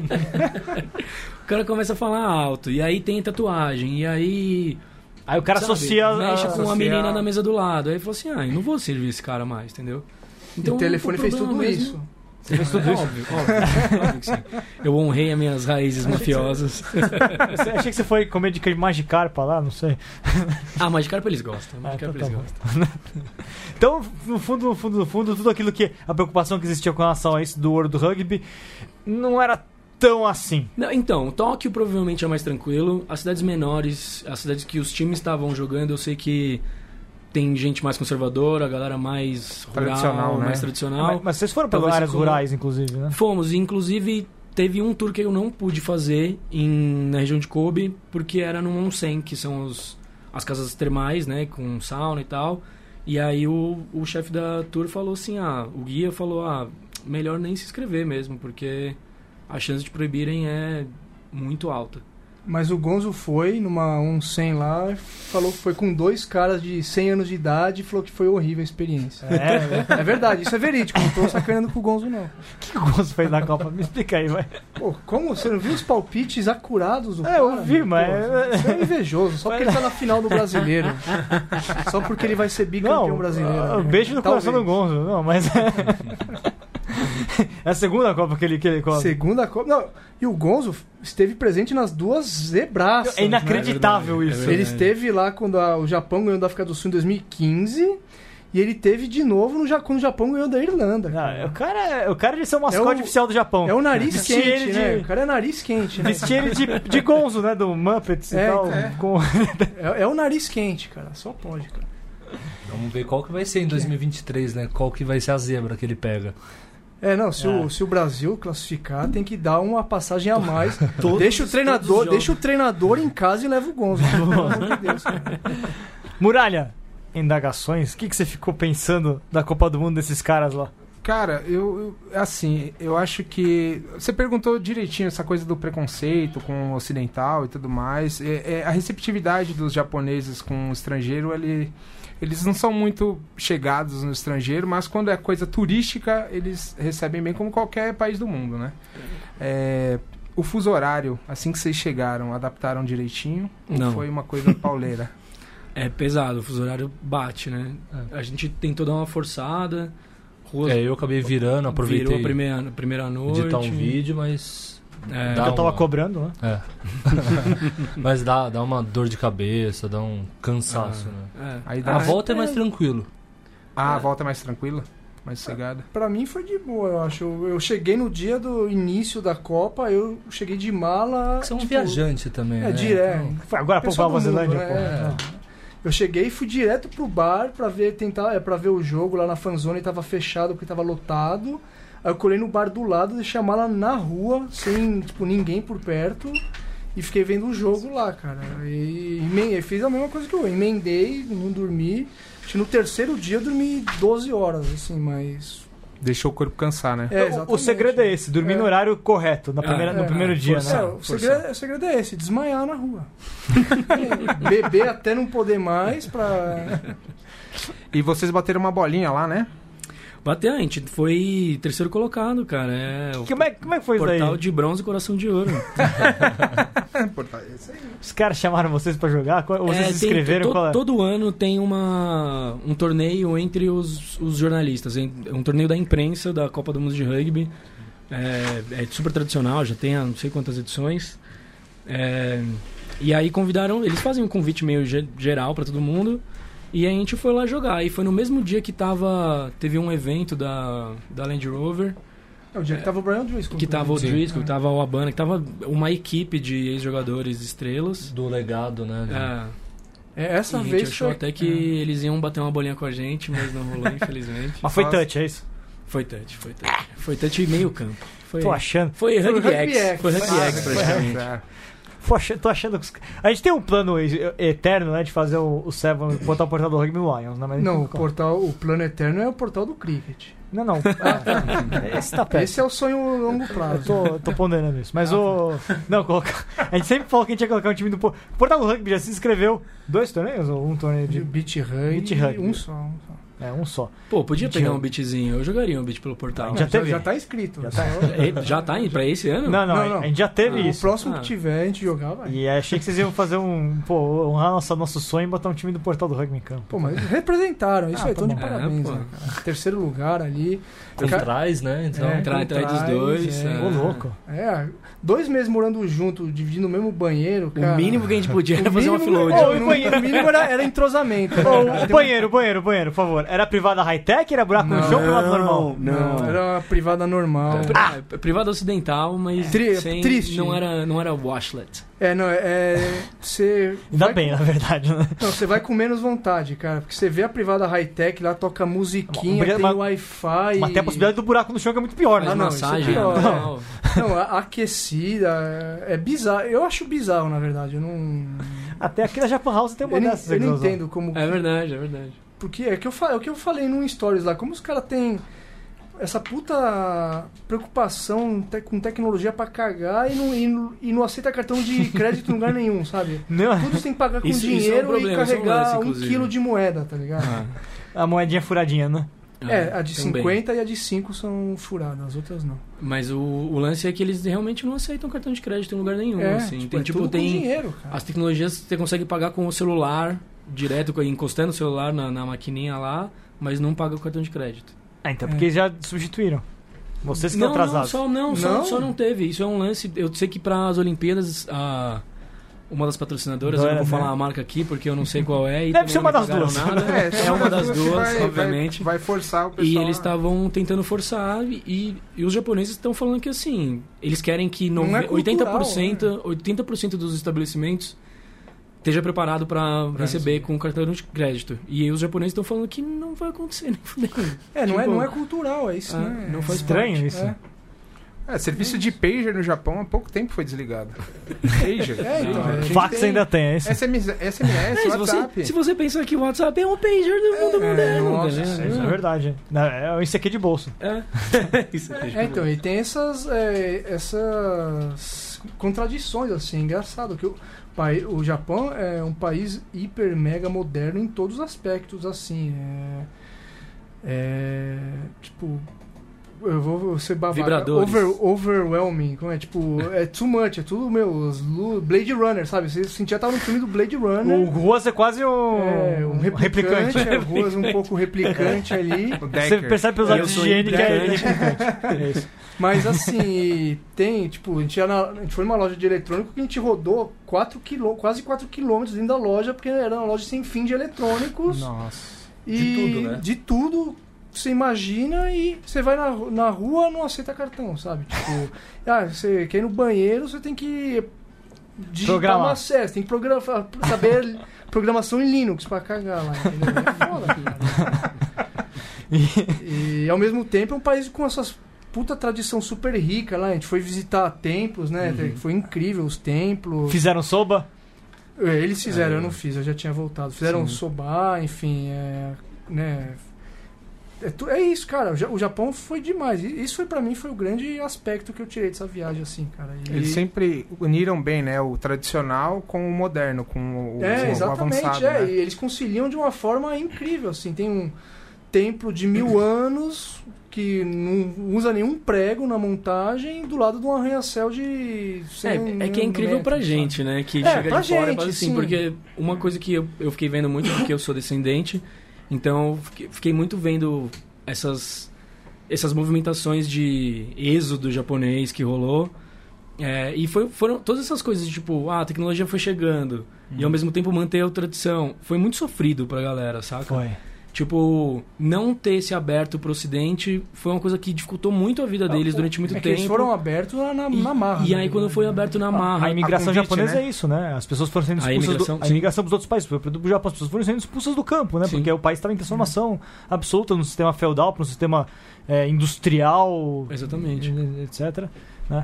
O cara começa a falar alto, e aí tem tatuagem, e aí... Aí o cara mexe com a menina na mesa do lado. Aí ele falou assim, eu não vou servir esse cara mais, entendeu? Então, o telefone fez tudo isso. Você fez tudo isso? Óbvio que sim. Eu honrei as minhas raízes mafiosas. Achei que você foi comer de Magikarpa lá, não sei. Magikarpa eles gostam. Eles gostam. Então, no fundo, tudo aquilo que... A preocupação que existia com relação a isso do World Rugby não era tão assim. Não, então, Tóquio provavelmente é mais tranquilo. As cidades menores, as cidades que os times estavam jogando, eu sei que tem gente mais conservadora, a galera mais rural, mais tradicional. Mas vocês foram para áreas rurais, inclusive, né? Fomos, inclusive teve um tour que eu não pude fazer na região de Kobe, porque era no onsen, que são as casas termais, né, com sauna e tal. E aí o chefe da tour falou assim, o guia falou, melhor nem se inscrever mesmo, porque a chance de proibirem é muito alta. Mas o Gonzo foi numa onsen lá, falou que foi com 2 caras de 100 anos de idade e falou que foi horrível a experiência. É verdade, isso é verídico, não tô sacaneando com o Gonzo, não. O que o Gonzo fez na Copa? Me explica aí, vai. Pô, como? Você não viu os palpites acurados do cara? Eu vi, mas... Você é invejoso, só porque ele tá na final do Brasileiro. Só porque ele vai ser bicampeão brasileiro. Beijo no coração do Gonzo. Não, mas... É a segunda Copa que ele corre. Segunda Copa. Não, e o Gonzo esteve presente nas 2 zebraças. É inacreditável isso. Ele esteve lá quando o Japão ganhou da África do Sul em 2015. E ele teve de novo quando o Japão ganhou da Irlanda. O cara de ser o mascote oficial do Japão. É o nariz quente, né? O cara é nariz quente, né? Vestir ele de Gonzo, né? Do Muppets e tal. É o nariz quente, cara. Só pode, cara. Vamos ver qual que vai ser em 2023, né? Qual que vai ser a zebra que ele pega. Se o Brasil classificar, tem que dar uma passagem a mais. Deixa o treinador em casa e leva o Gonzo. Pelo amor de Deus. Muralha, indagações. O que você ficou pensando da Copa do Mundo desses caras lá? Cara, eu acho que... Você perguntou direitinho essa coisa do preconceito com o ocidental e tudo mais. A receptividade dos japoneses com o estrangeiro, eles não são muito chegados no estrangeiro, mas quando é coisa turística, eles recebem bem como qualquer país do mundo, né? O fuso horário, assim que vocês chegaram, adaptaram direitinho? Não. Ou foi uma coisa pauleira? É pesado, o fuso horário bate, né? A gente tentou dar uma forçada. Eu acabei virando, aproveitei. Virou a primeira noite. Editar um vídeo, mas... eu tava cobrando, né? É. Mas dá uma dor de cabeça, dá um cansaço, né? Aí A volta é mais tranquilo. A volta é mais tranquila? Mais sossegada? Pra mim foi de boa, eu acho. Eu cheguei no dia do início da Copa, eu cheguei de mala... Você é um viajante também, né? Direto. Foi agora há pouco pra Nova Zelândia, né? Eu cheguei e fui direto pro bar pra ver, pra ver o jogo lá na fanzone, tava fechado porque tava lotado. Aí eu colei no bar do lado, deixei a mala na rua, sem ninguém por perto, e fiquei vendo o jogo lá, cara. E fiz a mesma coisa que eu emendei, não dormi. Acho que no terceiro dia eu dormi 12 horas, assim, mas... Deixou o corpo cansar, né? O segredo é esse, dormir no horário correto, no primeiro dia, né? O segredo é esse, desmaiar na rua. Beber até não poder mais pra... E vocês bateram uma bolinha lá, né? Bateu, a gente foi terceiro colocado, cara. Como é que foi isso aí? Portal de bronze e coração de ouro. Os caras chamaram vocês pra jogar? Vocês se inscreveram? Todo ano tem um torneio entre os jornalistas. Um torneio da imprensa da Copa do Mundo de Rugby. É super tradicional, já tem não sei quantas edições. E aí convidaram... Eles fazem um convite meio geral pra todo mundo. E a gente foi lá jogar. E foi no mesmo dia que teve um evento da Land Rover. É o dia que tava o Brian Driscoll. Que tava o Driscoll, que tava o Abana, que tava uma equipe de ex-jogadores estrelas. Do legado, né? Essa e vez a gente achou até que eles iam bater uma bolinha com a gente, mas não rolou, infelizmente. Mas foi touch, é isso? Foi touch. Foi touch meio campo. Tô achando. Foi Rugby X. Foi Rugby X, praticamente. Tô achando que... A gente tem um plano eterno, né? De fazer o Seven, botar o portal do Rugby Lions, né? Mas não, o plano eterno é o portal do Cricket. Não. Esse tá perto. Esse é o sonho a longo prazo. Eu tô ponderando isso. Mas Não, a gente sempre falou que a gente ia colocar um time do... O portal do Rugby já se inscreveu 2 torneios ou um torneio de... Beach Rugby. Um só. Um só. Pô, podia pegar um beatzinho. Eu jogaria um beat pelo portal. Já tá inscrito. Já tá pra esse ano? Não. A gente já teve isso. O próximo que tiver, a gente jogar, vai. E achei que vocês iam fazer honrar nosso sonho e botar um time do portal do rugby em campo. Pô, mas representaram. Isso aí, tô de parabéns, né, cara? Terceiro lugar ali. Trás, né? Então, traz dos dois. Ô, louco. 2 meses morando junto, dividindo o mesmo banheiro, cara. O mínimo que a gente podia era fazer uma upload. O mínimo era entrosamento. O banheiro, por favor. Era privada high-tech? Era buraco no chão ou privada normal? Não, era uma privada normal. Privada ocidental, mas triste. Não era washlet. Você... Ainda bem, na verdade, né? Não, você vai com menos vontade, cara. Porque você vê a privada high-tech, lá toca musiquinha, tem Wi-Fi... Mas tem a possibilidade do buraco no chão que é muito pior, né? Massagem. Não, aquecida, é bizarro. Eu acho bizarro, na verdade. Eu não... Até aqui na Japan House tem uma dessas. Eu não entendo como... É verdade. Porque é o que eu falei num stories lá. Como os caras têm essa puta preocupação com tecnologia pra cagar e não aceita cartão de crédito em lugar nenhum, sabe? Não. Tudo você tem que pagar com dinheiro e carregar 1 quilo de moeda, tá ligado? A moedinha furadinha, né? A de também. 50 e a de 5 são furadas, as outras não. Mas o lance é que eles realmente não aceitam cartão de crédito em lugar nenhum. Assim. Tem tudo com dinheiro, cara. As tecnologias você consegue pagar com o celular, direto, encostando o celular na maquininha lá, mas não paga o cartão de crédito. Então, porque eles já substituíram. Vocês que estão atrasados. Só não teve. Isso é um lance... Eu sei que para as Olimpíadas... Uma das patrocinadoras, eu não vou falar a marca aqui porque eu não sei qual é. E deve ser uma das duas. Nada. É uma das duas, obviamente. Vai forçar o pessoal. E eles estavam tentando forçar e os japoneses estão falando que assim, eles querem que 80% dos estabelecimentos esteja preparado para receber com cartão de crédito. E os japoneses estão falando que não vai acontecer, nem fudendo. Não é cultural, é isso, né? Não faz estranho isso. Serviço de pager no Japão há pouco tempo foi desligado. Pager. Fax ainda tem, é isso? SMS, WhatsApp. Se você pensar que o WhatsApp é um pager do mundo moderno. Isso é verdade. É um ICQ de bolso. Então, e tem essas contradições, assim, engraçado. Que o Japão é um país hiper, mega moderno em todos os aspectos, assim. Tipo... eu vou ser babaca. Vibradores. Overwhelming. Como é? Tipo, é too much. É tudo, Blade Runner, sabe? Você sentia que tava no filme do Blade Runner. O Ruas é quase um replicante. O Ruas um pouco replicante ali. Você percebe pelos atos de higiene que é replicante. Mas assim, tem, tipo, a gente foi numa loja de eletrônico que a gente rodou quase 4 quilômetros dentro da loja, porque era uma loja sem fim de eletrônicos. Nossa. De tudo, né? De tudo, você imagina, e você vai na rua, não aceita cartão, sabe? Tipo, você quer ir no banheiro, você tem que digitar uma série, tem que saber programação em Linux pra cagar lá, entendeu? É foda, cara. E ao mesmo tempo é um país com essas puta tradição super rica lá. A gente foi visitar templos, né? Foi incrível os templos. Fizeram soba? Eles fizeram, eu não fiz, eu já tinha voltado. Fizeram soba, enfim, né? É isso, cara. O Japão foi demais. Isso foi pra mim, foi o grande aspecto que eu tirei dessa viagem, assim, cara. Eles sempre uniram bem, né? O tradicional com o moderno, com o exatamente, avançado, né? E eles conciliam de uma forma incrível, assim. Tem um templo de 1000 anos que não usa nenhum prego na montagem, do lado de um arranha-céu de 100 é que é incrível metros, pra gente, sabe? né? Que chega pra de fora, gente, mas assim, sim. porque uma coisa que eu fiquei vendo muito, porque eu sou descendente, então fiquei muito vendo essas movimentações de êxodo japonês que rolou, e foram todas essas coisas, tipo, a tecnologia foi chegando, e ao mesmo tempo manter a tradição. Foi muito sofrido pra galera, saca? Foi. Tipo, não ter se aberto pro Ocidente foi uma coisa que dificultou muito a vida deles durante muito tempo. Eles foram abertos na marra. E aí, quando foi aberto na marra... A imigração convite, japonesa né? é isso, né? As pessoas foram sendo expulsas a imigração dos outros países. Do Japão, as pessoas foram sendo expulsas do campo, né? Sim. Porque o país estava em transformação absoluta, num sistema feudal para um sistema industrial... Exatamente. Etc. Né?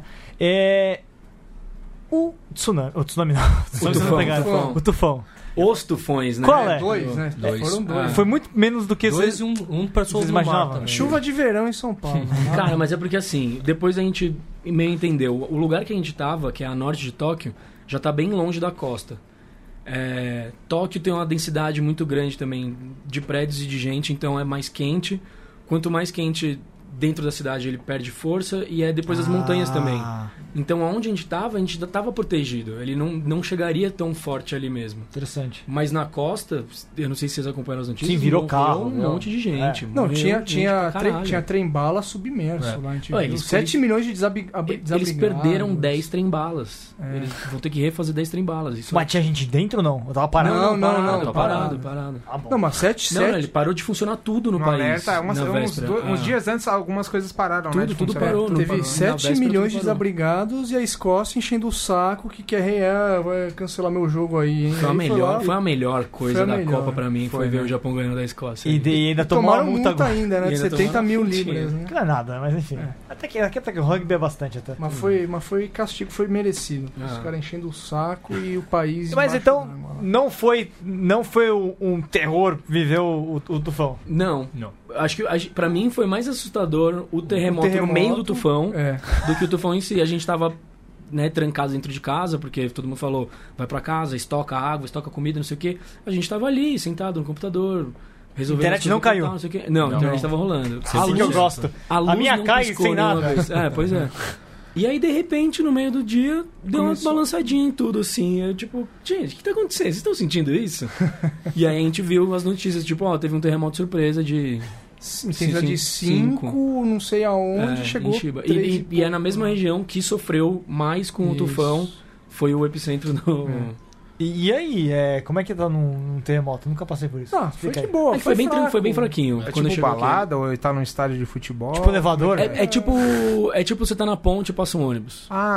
O tsunami não. O tufão. Os tufões, né? Qual é? Dois, né? Foram dois. Foi muito menos do que Dois e um pessoal do mar também. Chuva de verão em São Paulo. Cara, mas é porque assim, depois a gente meio entendeu. O lugar que a gente tava, que é a norte de Tóquio, já tá bem longe da costa. Tóquio tem uma densidade muito grande também de prédios e de gente, então é mais quente. Quanto mais quente dentro da cidade, ele perde força, e depois as montanhas também. Então, onde a gente já estava protegido. Ele não chegaria tão forte ali mesmo. Interessante. Mas na costa, eu não sei se vocês acompanharam as notícias. Sim, virou carro. Um monte de gente. Não, tinha trem-bala submerso lá. Eles 7 milhões de desabrigados. Eles perderam 10 trem-balas. Eles vão ter que refazer 10 trem-balas. Mas tinha gente dentro ou não? Eu tava parado. Não, parado. Não, mas 7... Não, ele parou de funcionar tudo no país. Uns dias antes, algumas coisas pararam, Tudo parou. Teve 7 milhões de desabrigados, e a Escócia enchendo o saco que quer vai cancelar meu jogo aí, hein? Foi a melhor coisa da Copa pra mim, foi ver o Japão ganhando da Escócia. E ainda tomaram multa ainda, né? De 70 mil libras, né? Não é nada, mas enfim. Até que o rugby é bastante até. Mas foi castigo, foi merecido. Os caras enchendo o saco e o país... Mas então, não foi um terror viver o tufão? Não. Acho que pra mim foi mais assustador o terremoto no meio do tufão do que o tufão em si. A gente tava trancado dentro de casa, porque todo mundo falou, vai pra casa, estoca água, estoca comida, não sei o quê. A gente tava ali, sentado no computador, resolvendo... Internet não caiu? Não, a internet tava rolando. Assim que eu gosto. A minha cai sem nada. Pois é. E aí, de repente, no meio do dia, deu uma balançadinha em tudo, assim. Eu, tipo, gente, o que tá acontecendo? Vocês estão sentindo isso? E aí a gente viu as notícias, tipo, teve um terremoto surpresa de... Intensidade de 5, não sei aonde, chegou 3 e é na mesma região que sofreu mais com o tufão. Foi o epicentro do... E aí, como é que tá num terremoto? Nunca passei por isso. Foi de boa. Foi bem fraquinho. Quando tipo balada ou tá num estádio de futebol? Tipo elevador? É tipo você tá na ponte e passa um ônibus. Tá.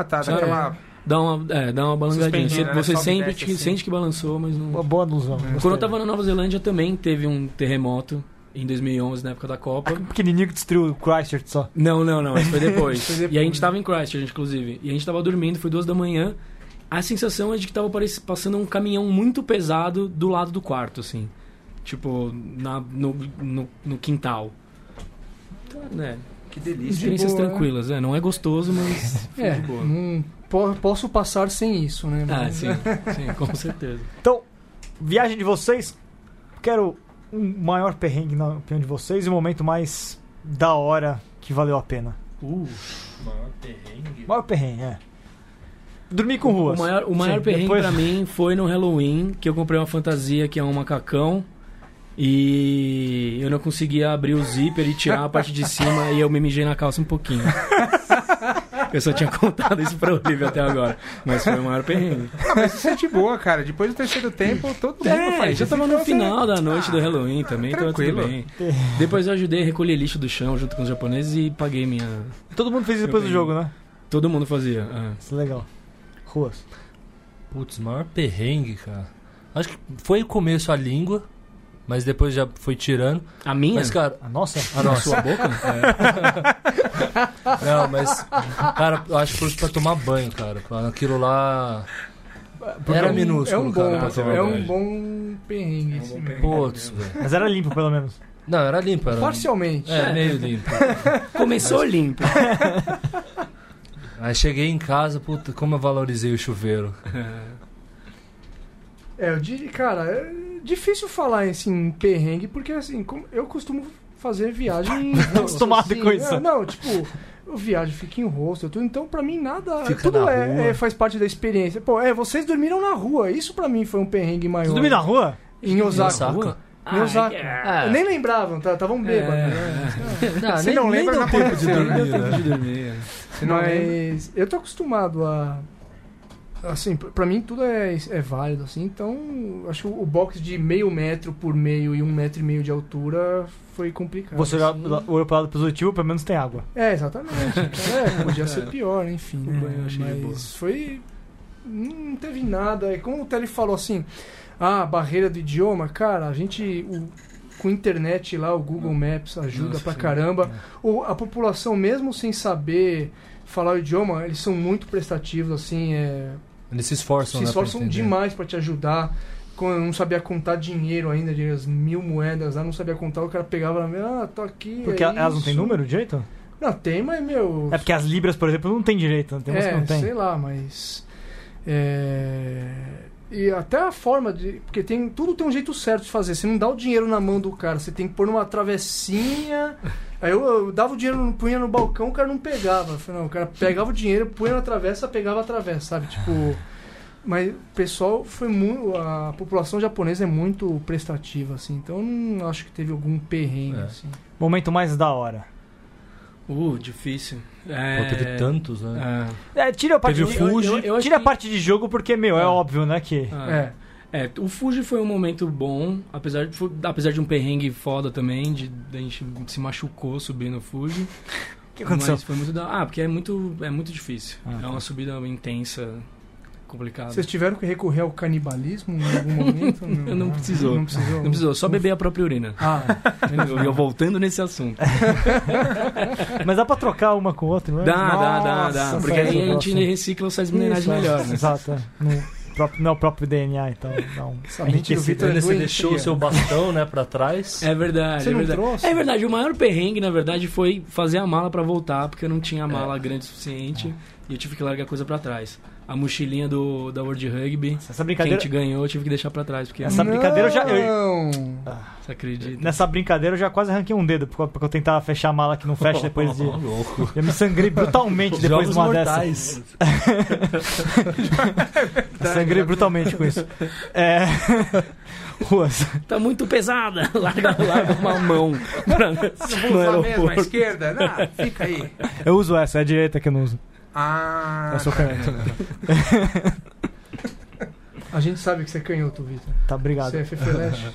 Dá uma balançadinha. Você sempre sente que balançou, mas não... Uma boa ilusão. Quando eu tava na Nova Zelândia também teve um terremoto. Em 2011, na época da Copa. Pequenininho que destruiu o Christchurch só. Não. Isso foi depois. E a gente tava em Christchurch, inclusive. E a gente tava dormindo, foi 2 da manhã. A sensação é de que tava passando um caminhão muito pesado do lado do quarto, assim. Tipo, no quintal. Então, Que delícia. Experiências tranquilas, Não é gostoso, mas de boa. Posso passar sem isso, né? Sim, com certeza. Então, viagem de vocês. Quero... um maior perrengue na opinião de vocês e o momento mais da hora que valeu a pena? Maior perrengue, Dormir com ruas. O maior perrengue pra mim foi no Halloween, que eu comprei uma fantasia que é um macacão e eu não conseguia abrir o zíper e tirar a parte de cima e eu me mijei na calça um pouquinho. Eu só tinha contado isso pra Olivia até agora, mas foi o maior perrengue. Mas isso é de boa, cara. Depois do terceiro tempo, todo mundo faz. Já tava no final da noite do Halloween também, então tudo bem. Depois eu ajudei a recolher lixo do chão junto com os japoneses e paguei minha... Todo mundo fez isso depois do jogo, né? Todo mundo fazia. Isso é legal. Ruas. Putz, maior perrengue, cara. Acho que foi o começo a língua, mas depois já foi tirando. A minha? Mas, cara... A nossa? A nossa. Sua boca? Não, mas... Cara, eu acho que foi pra tomar banho, cara. Aquilo lá... Era minúsculo, cara. É um bom perrengue. Putz, velho. Mas era limpo, pelo menos. Não, era limpo. Era... Parcialmente. meio limpo. Começou limpo. Aí cheguei em casa, puta, como eu valorizei o chuveiro. Cara, é difícil falar assim, perrengue, porque assim, eu costumo fazer viagem... Acostumado com isso. Não, tipo, eu viajo, fico em hostel, tudo, então pra mim nada... Fica tudo na rua. faz parte da experiência. Pô, vocês dormiram na rua, isso pra mim foi um perrengue maior. Você dormiu na rua? Em Osaka. Em Osaka. yeah. Nem lembravam, estavam bêbados. Você não lembra deu na tempo de dormir, dormir. Mas eu tô acostumado a... Assim, pra mim tudo é válido, assim, então acho que o box de 0,5 metro por meio e 1,5 metro de altura foi complicado. Você olhou pro lado positivo, pelo menos tem água. Exatamente. Podia ser pior, enfim. Mas foi... Não teve nada. E como o Telly falou assim, barreira do idioma, cara, a gente... Com internet lá, o Google Maps ajuda pra caramba. A população, mesmo sem saber falar o idioma, eles são muito prestativos, assim, Eles se esforçam, demais pra te ajudar. Quando eu não sabia contar dinheiro ainda, de as 1.000 moedas lá, não sabia contar, o cara pegava na minha, tô aqui. Porque elas não têm número direito? Não, tem, mas, meu... É porque as libras, por exemplo, não tem direito, não tem umas que não tem. Sei lá, mas... E até a forma de... Porque tudo tem um jeito certo de fazer. Você não dá o dinheiro na mão do cara, você tem que pôr numa travessinha. Aí eu dava o dinheiro, punha no balcão, o cara não pegava. Eu falei, não, o cara pegava o dinheiro, punha na travessa, pegava a travessa, sabe? Tipo... Mas o pessoal foi muito... A população japonesa é muito prestativa, assim. Então eu não acho que teve algum perrengue, assim. Momento mais da hora. Difícil. Teve tantos, né? Tira a parte Teve o Fuji. Tira a parte de jogo porque, é óbvio, né, que... O Fuji foi um momento bom, apesar de um perrengue foda também, a gente se machucou subindo o Fuji. O que aconteceu? Mas foi muito porque é muito difícil. É uma subida intensa, complicada. Vocês tiveram que recorrer ao canibalismo em algum momento? Não precisou. Não precisou, só beber a própria urina. Eu voltando nesse assunto. Mas dá pra trocar uma com outra, não é? Dá. Porque aí a gente recicla essas minerais melhor, né? Exato. Não é o próprio DNA, então Você deixou o seu bastão, né, pra trás. É verdade. Você não trouxe? É verdade, o maior perrengue, na verdade, foi fazer a mala pra voltar, porque eu não tinha mala grande o suficiente e eu tive que largar coisa pra trás. A mochilinha da World Rugby, essa brincadeira... que a gente ganhou, eu tive que deixar pra trás. Porque essa brincadeira eu já... Você acredita? Nessa brincadeira eu já quase arranquei um dedo, porque eu tentava fechar a mala que não fecha depois de... Louco. Eu me sangrei brutalmente depois de uma dessas. Sangrei brutalmente com isso. Ruas. Tá muito pesada. Larga uma mão. Não vou usar mesmo a esquerda? Não, fica aí. Eu uso essa, é a direita que eu não uso. Eu sou canhoto. A gente sabe que você é canhoto, Vitor. Tá, obrigado. Você é Fefeleste.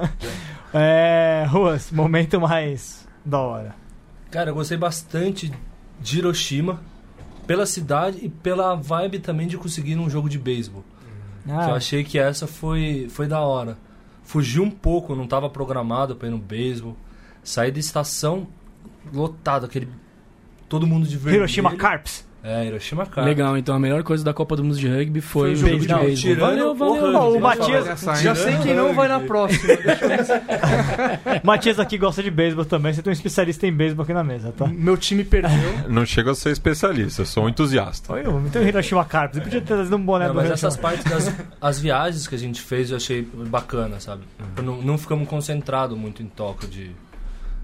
Ruas, momento mais da hora. Cara, eu gostei bastante de Hiroshima, pela cidade e pela vibe também de conseguir um jogo de beisebol. Eu achei que essa foi da hora. Fugi um pouco, não estava programado para ir no beisebol. Saí da estação lotado, todo mundo de vermelho. Hiroshima Carps. Hiroshima Carps. Legal, então a melhor coisa da Copa do Mundo de Rugby foi o jogo de beisebol. Valeu. O Matias... Já sei quem não vai na próxima. Matias aqui gosta de beisebol também. Você tem um especialista em beisebol aqui na mesa, tá? Meu time perdeu. Não chego a ser especialista, eu sou um entusiasta. Eu tenho Hiroshima Carps. Eu podia ter trazido um boné do Mas Hiroshima. essas partes das viagens que a gente fez eu achei bacana, sabe? Não ficamos concentrados muito em Tóquio de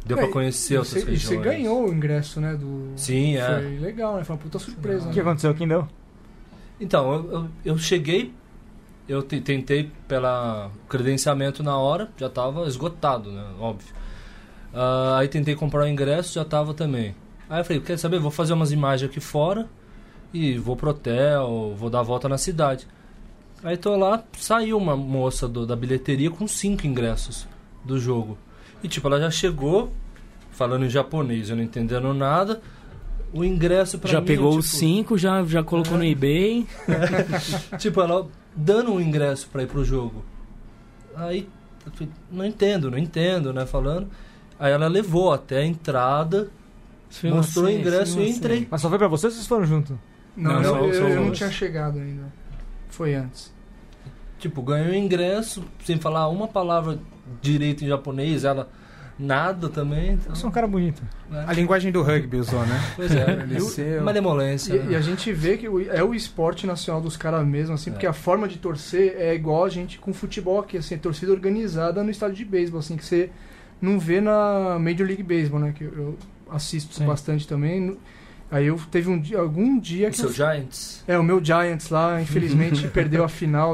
Deu pra conhecer outras regiões. E você ganhou o ingresso, né? Sim, Foi legal, né? Foi uma puta surpresa. O que aconteceu? Quem deu? Então, eu cheguei, eu tentei pela credenciamento na hora, já tava esgotado, né? Óbvio. Aí tentei comprar o ingresso, já tava também. Aí eu falei, quer saber? Vou fazer umas imagens aqui fora e vou pro hotel, vou dar a volta na cidade. Aí tô lá, saiu uma moça da bilheteria com 5 ingressos do jogo. E tipo, ela já chegou falando em japonês, eu não entendendo nada. O ingresso pra já mim... pegou tipo, os 5, já colocou no eBay. Tipo, ela dando um ingresso pra ir pro jogo. Aí, eu falei, não entendo, né, falando. Aí ela levou até a entrada, mostrou o ingresso e eu entrei. Mas só foi pra vocês ou vocês foram junto? Não, eu não tinha chegado ainda. Foi antes. Tipo, ganhou o ingresso, sem falar uma palavra direito em japonês, ela nada também. Então, Eu sou um cara bonito. né? A linguagem do rugby usou, né? Pois é, Desceu. malemolência. E a gente vê que é o esporte nacional dos caras mesmo, assim, porque a forma de torcer é igual a gente com futebol aqui, assim, torcida organizada no estádio de beisebol, assim, que você não vê na Major League Baseball, né? Que eu assisto bastante também. Aí eu teve algum dia O que... seu Giants? O meu Giants lá, infelizmente, perdeu a final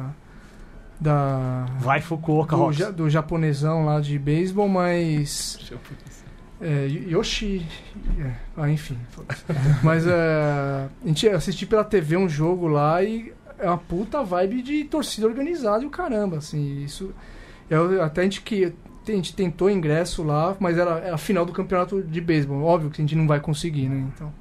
Vai Fukuoka Rocks. do japonesão lá de beisebol, mas... Yoshi... enfim. Mas a gente assistiu pela TV um jogo lá e é uma puta vibe de torcida organizada e o caramba, assim, isso... Até a gente tentou ingresso lá, mas era a final do campeonato de beisebol. Óbvio que a gente não vai conseguir, né? Então,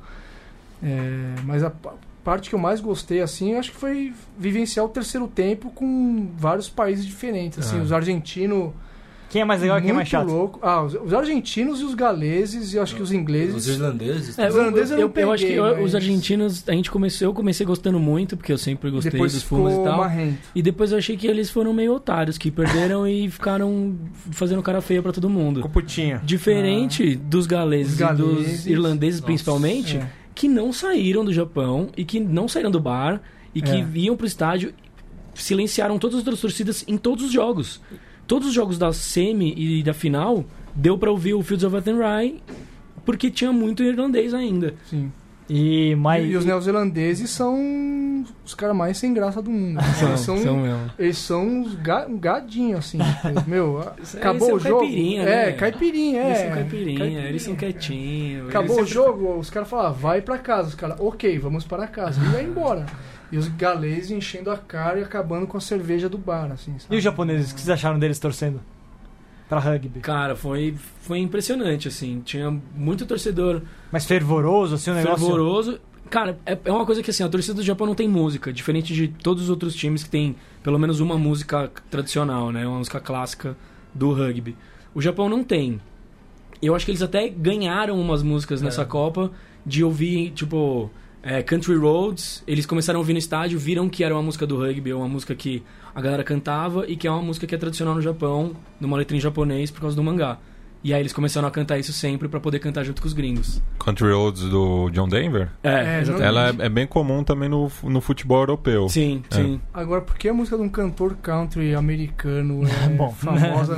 mas a parte que eu mais gostei, assim, acho que foi vivenciar o terceiro tempo com vários países diferentes. Assim, os argentinos... Quem é mais legal e quem é mais chato? Louco. Os argentinos e os galeses, e eu acho que os ingleses... Os irlandeses? Os irlandeses eu não peguei, eu acho que mas... os argentinos, eu comecei gostando muito, porque eu sempre gostei depois dos Pumas e tal. Marrento. E depois eu achei que eles foram meio otários, que perderam e ficaram fazendo cara feia pra todo mundo. Cuputinha. Diferente dos galeses e dos irlandeses, principalmente, que não saíram do Japão e que não saíram do bar e que iam pro estádio, silenciaram todas as outras torcidas em todos os jogos. Todos os jogos da semi e da final deu pra ouvir o Fields of Athenry porque tinha muito irlandês ainda. Sim. E os neozelandeses são os caras mais sem graça do mundo. Eles são uns gadinhos, assim. Tipo, acabou o jogo. Caipirinha, né? Caipirinha, Eles são caipirinha, eles são quietinhos. Acabou o jogo, os caras falam, vai pra casa. Os caras, ok, vamos para casa. E vai embora. E os galeses enchendo a cara e acabando com a cerveja do bar, assim, sabe? E os japoneses, o que vocês acharam deles torcendo pra rugby? Cara, foi impressionante, assim. Tinha muito torcedor... Mas fervoroso, assim, o negócio... Fervoroso. Cara, é uma coisa que, assim, a torcida do Japão não tem música. Diferente de todos os outros times que tem pelo menos uma música tradicional, né? Uma música clássica do rugby. O Japão não tem. Eu acho que eles até ganharam umas músicas nessa Copa de ouvir, tipo... Country Roads, eles começaram a ouvir no estádio, viram que era uma música do rugby, uma música que a galera cantava e que é uma música que é tradicional no Japão, numa letra em japonês por causa do mangá. E aí eles começaram a cantar isso sempre pra poder cantar junto com os gringos. Country Roads do John Denver? Exatamente. Ela é bem comum também no futebol europeu. Sim. Agora, por que a música de um cantor country americano Bom, famosa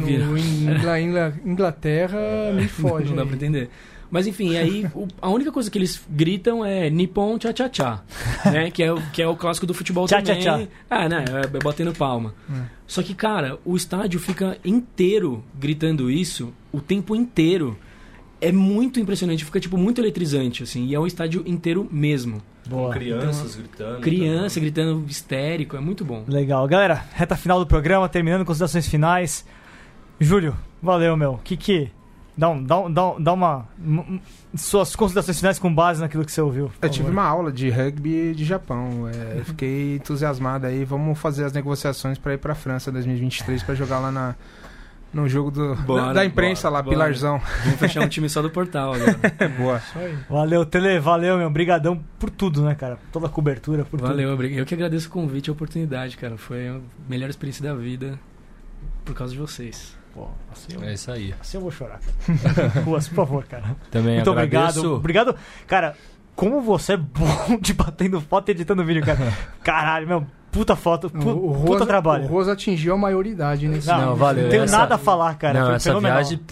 na Inglaterra me foge? Não dá pra entender. Mas enfim, aí a única coisa que eles gritam é Nippon Cha-Cha-Cha, né? Que é o clássico do futebol também. Cha-cha-cha. Batendo palma. Só que, cara, o estádio fica inteiro gritando isso o tempo inteiro. É muito impressionante, fica tipo muito eletrizante, assim. E é um estádio inteiro mesmo. Boa. Crianças gritando. Criança gritando histérico, é muito bom. Legal. Galera, reta final do programa, terminando considerações finais. Júlio, valeu, meu. Dá uma suas considerações finais com base naquilo que você ouviu. Eu tive uma aula de rugby de Japão. Fiquei entusiasmado aí. Vamos fazer as negociações para ir para França 2023 para jogar lá no jogo da imprensa lá, Pilarzão. Vamos fechar um time só do portal agora. Boa. Valeu, Tele. Valeu, meu. Obrigadão por tudo, né, cara? Toda a cobertura, por tudo. Valeu, eu que agradeço o convite e a oportunidade, cara. Foi a melhor experiência da vida por causa de vocês. Pô, assim É isso aí. Assim eu vou chorar. Ruas, por favor, cara. Também muito agradeço. Obrigado. Obrigado. Cara, como você é bom de batendo foto e editando vídeo, cara. Caralho, meu. Puta foto, puta trabalho. O Rosa atingiu a maioridade nesse Não, valeu. Não tenho nada a falar, cara. Não, foi essa fenomenal. viagem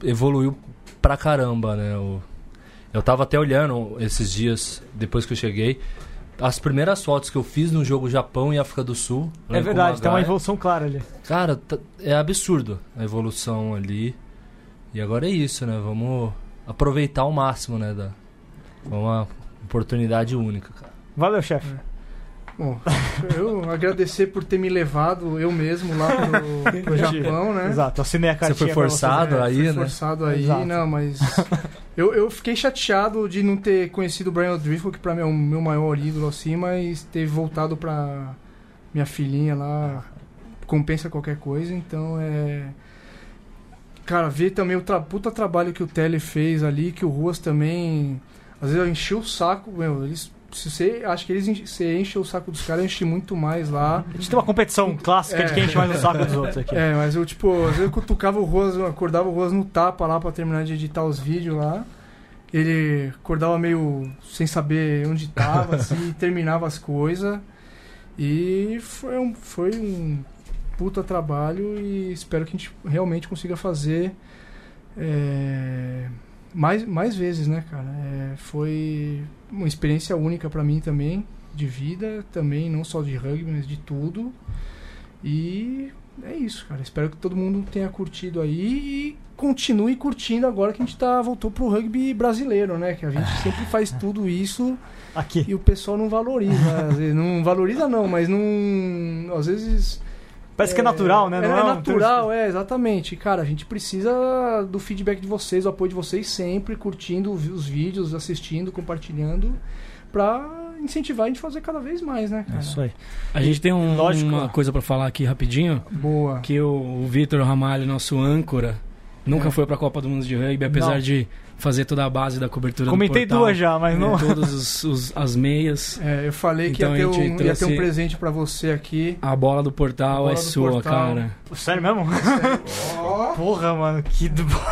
evoluiu pra caramba, né? Eu tava até olhando esses dias, depois que eu cheguei, as primeiras fotos que eu fiz no jogo Japão e África do Sul. É verdade, tem uma evolução clara ali. Cara, é absurdo a evolução ali. E agora é isso, né? Vamos aproveitar ao máximo, né? Uma oportunidade única, cara. Valeu, chefe. Bom, eu agradecer por ter me levado eu mesmo lá pro Japão, né? Exato, assinei a cartinha. Você foi forçado aí, né? Forçado aí, Exato. não, mas eu fiquei chateado de não ter conhecido o Brian O'Driscoll, que pra mim é o meu maior ídolo, assim, mas ter voltado pra minha filhinha lá compensa qualquer coisa, então Cara, ver também o puta trabalho que o Tele fez ali, que o Ruas também... Às vezes eu enchi o saco, se você acha que você enche o saco dos caras, eu enchi muito mais lá. A gente tem uma competição clássica de quem enche mais o saco dos outros aqui. Mas eu, às vezes eu cutucava o Ruas, acordava o Ruas no tapa lá pra terminar de editar os vídeos lá. Ele acordava meio sem saber onde tava, assim, terminava as coisas. E foi um puta trabalho e espero que a gente realmente consiga fazer mais vezes, né, cara? Foi uma experiência única pra mim também, de vida também, não só de rugby, mas de tudo. E é isso, cara. Espero que todo mundo tenha curtido aí e continue curtindo agora que a gente voltou pro rugby brasileiro, né? Que a gente sempre faz tudo isso aqui e o pessoal não valoriza. Às vezes, não valoriza não, mas não... Às vezes... Parece que é natural, né? Não é natural, exatamente. Cara, a gente precisa do feedback de vocês, do apoio de vocês sempre, curtindo os vídeos, assistindo, compartilhando, pra incentivar a gente a fazer cada vez mais, né, cara? Isso aí. A gente tem uma coisa pra falar aqui rapidinho. Boa. Que o Vitor Ramalho, nosso âncora, nunca foi pra Copa do Mundo de Rugby, apesar de fazer toda a base da cobertura Comentei do portal. Duas já, mas não... Todas as meias. Eu falei então que ia ter um presente pra você aqui. A bola do portal é sua, cara. Sério mesmo? Porra, mano, que...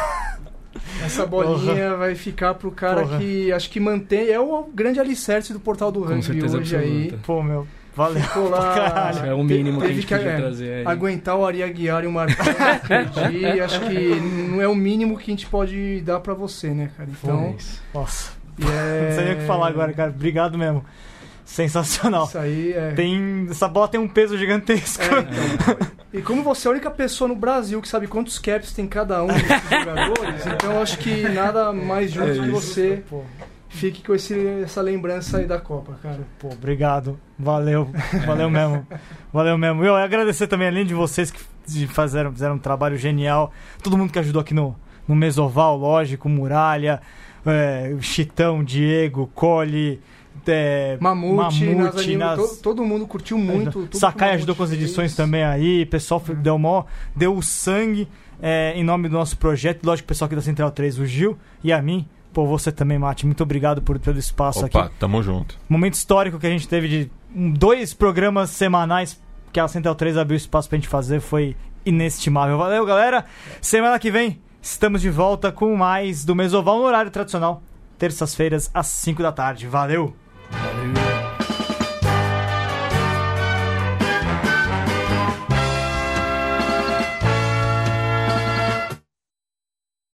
Essa bolinha vai ficar pro cara que acho que mantém... É o grande alicerce do portal do rugby hoje aí. Pô, meu... Valeu. Ficou lá, é o mínimo que a gente podia trazer aí. Aguentar o Ari Aguiar e o Marcos. Acho que não é o mínimo que a gente pode dar pra você, né, cara? Então... Nossa. Não sei nem o que falar agora, cara. Obrigado mesmo. Sensacional. Isso aí Essa bola tem um peso gigantesco. E como você é a única pessoa no Brasil que sabe quantos caps tem cada um dos jogadores, então eu acho que nada mais justo que você... Fique com essa lembrança aí da Copa, cara. Pô, obrigado. Valeu. Valeu mesmo. Valeu mesmo. Eu agradecer também, além de vocês que fizeram um trabalho genial, todo mundo que ajudou aqui no Mesoval, lógico, Muralha, Chitão, Diego, Cole, Mamute todo mundo curtiu muito. Sakai ajudou com as edições também aí, o pessoal deu o sangue em nome do nosso projeto, lógico, o pessoal aqui da Central 3, o Gil e a mim. Pô, você também, Mate. Muito obrigado pelo espaço aqui. Opa, tamo junto. Momento histórico que a gente teve de 2 programas semanais que a Central 3 abriu espaço pra gente fazer. Foi inestimável. Valeu, galera. Semana que vem estamos de volta com mais do Mesoval no horário tradicional. Terças-feiras, às 5 da tarde. Valeu!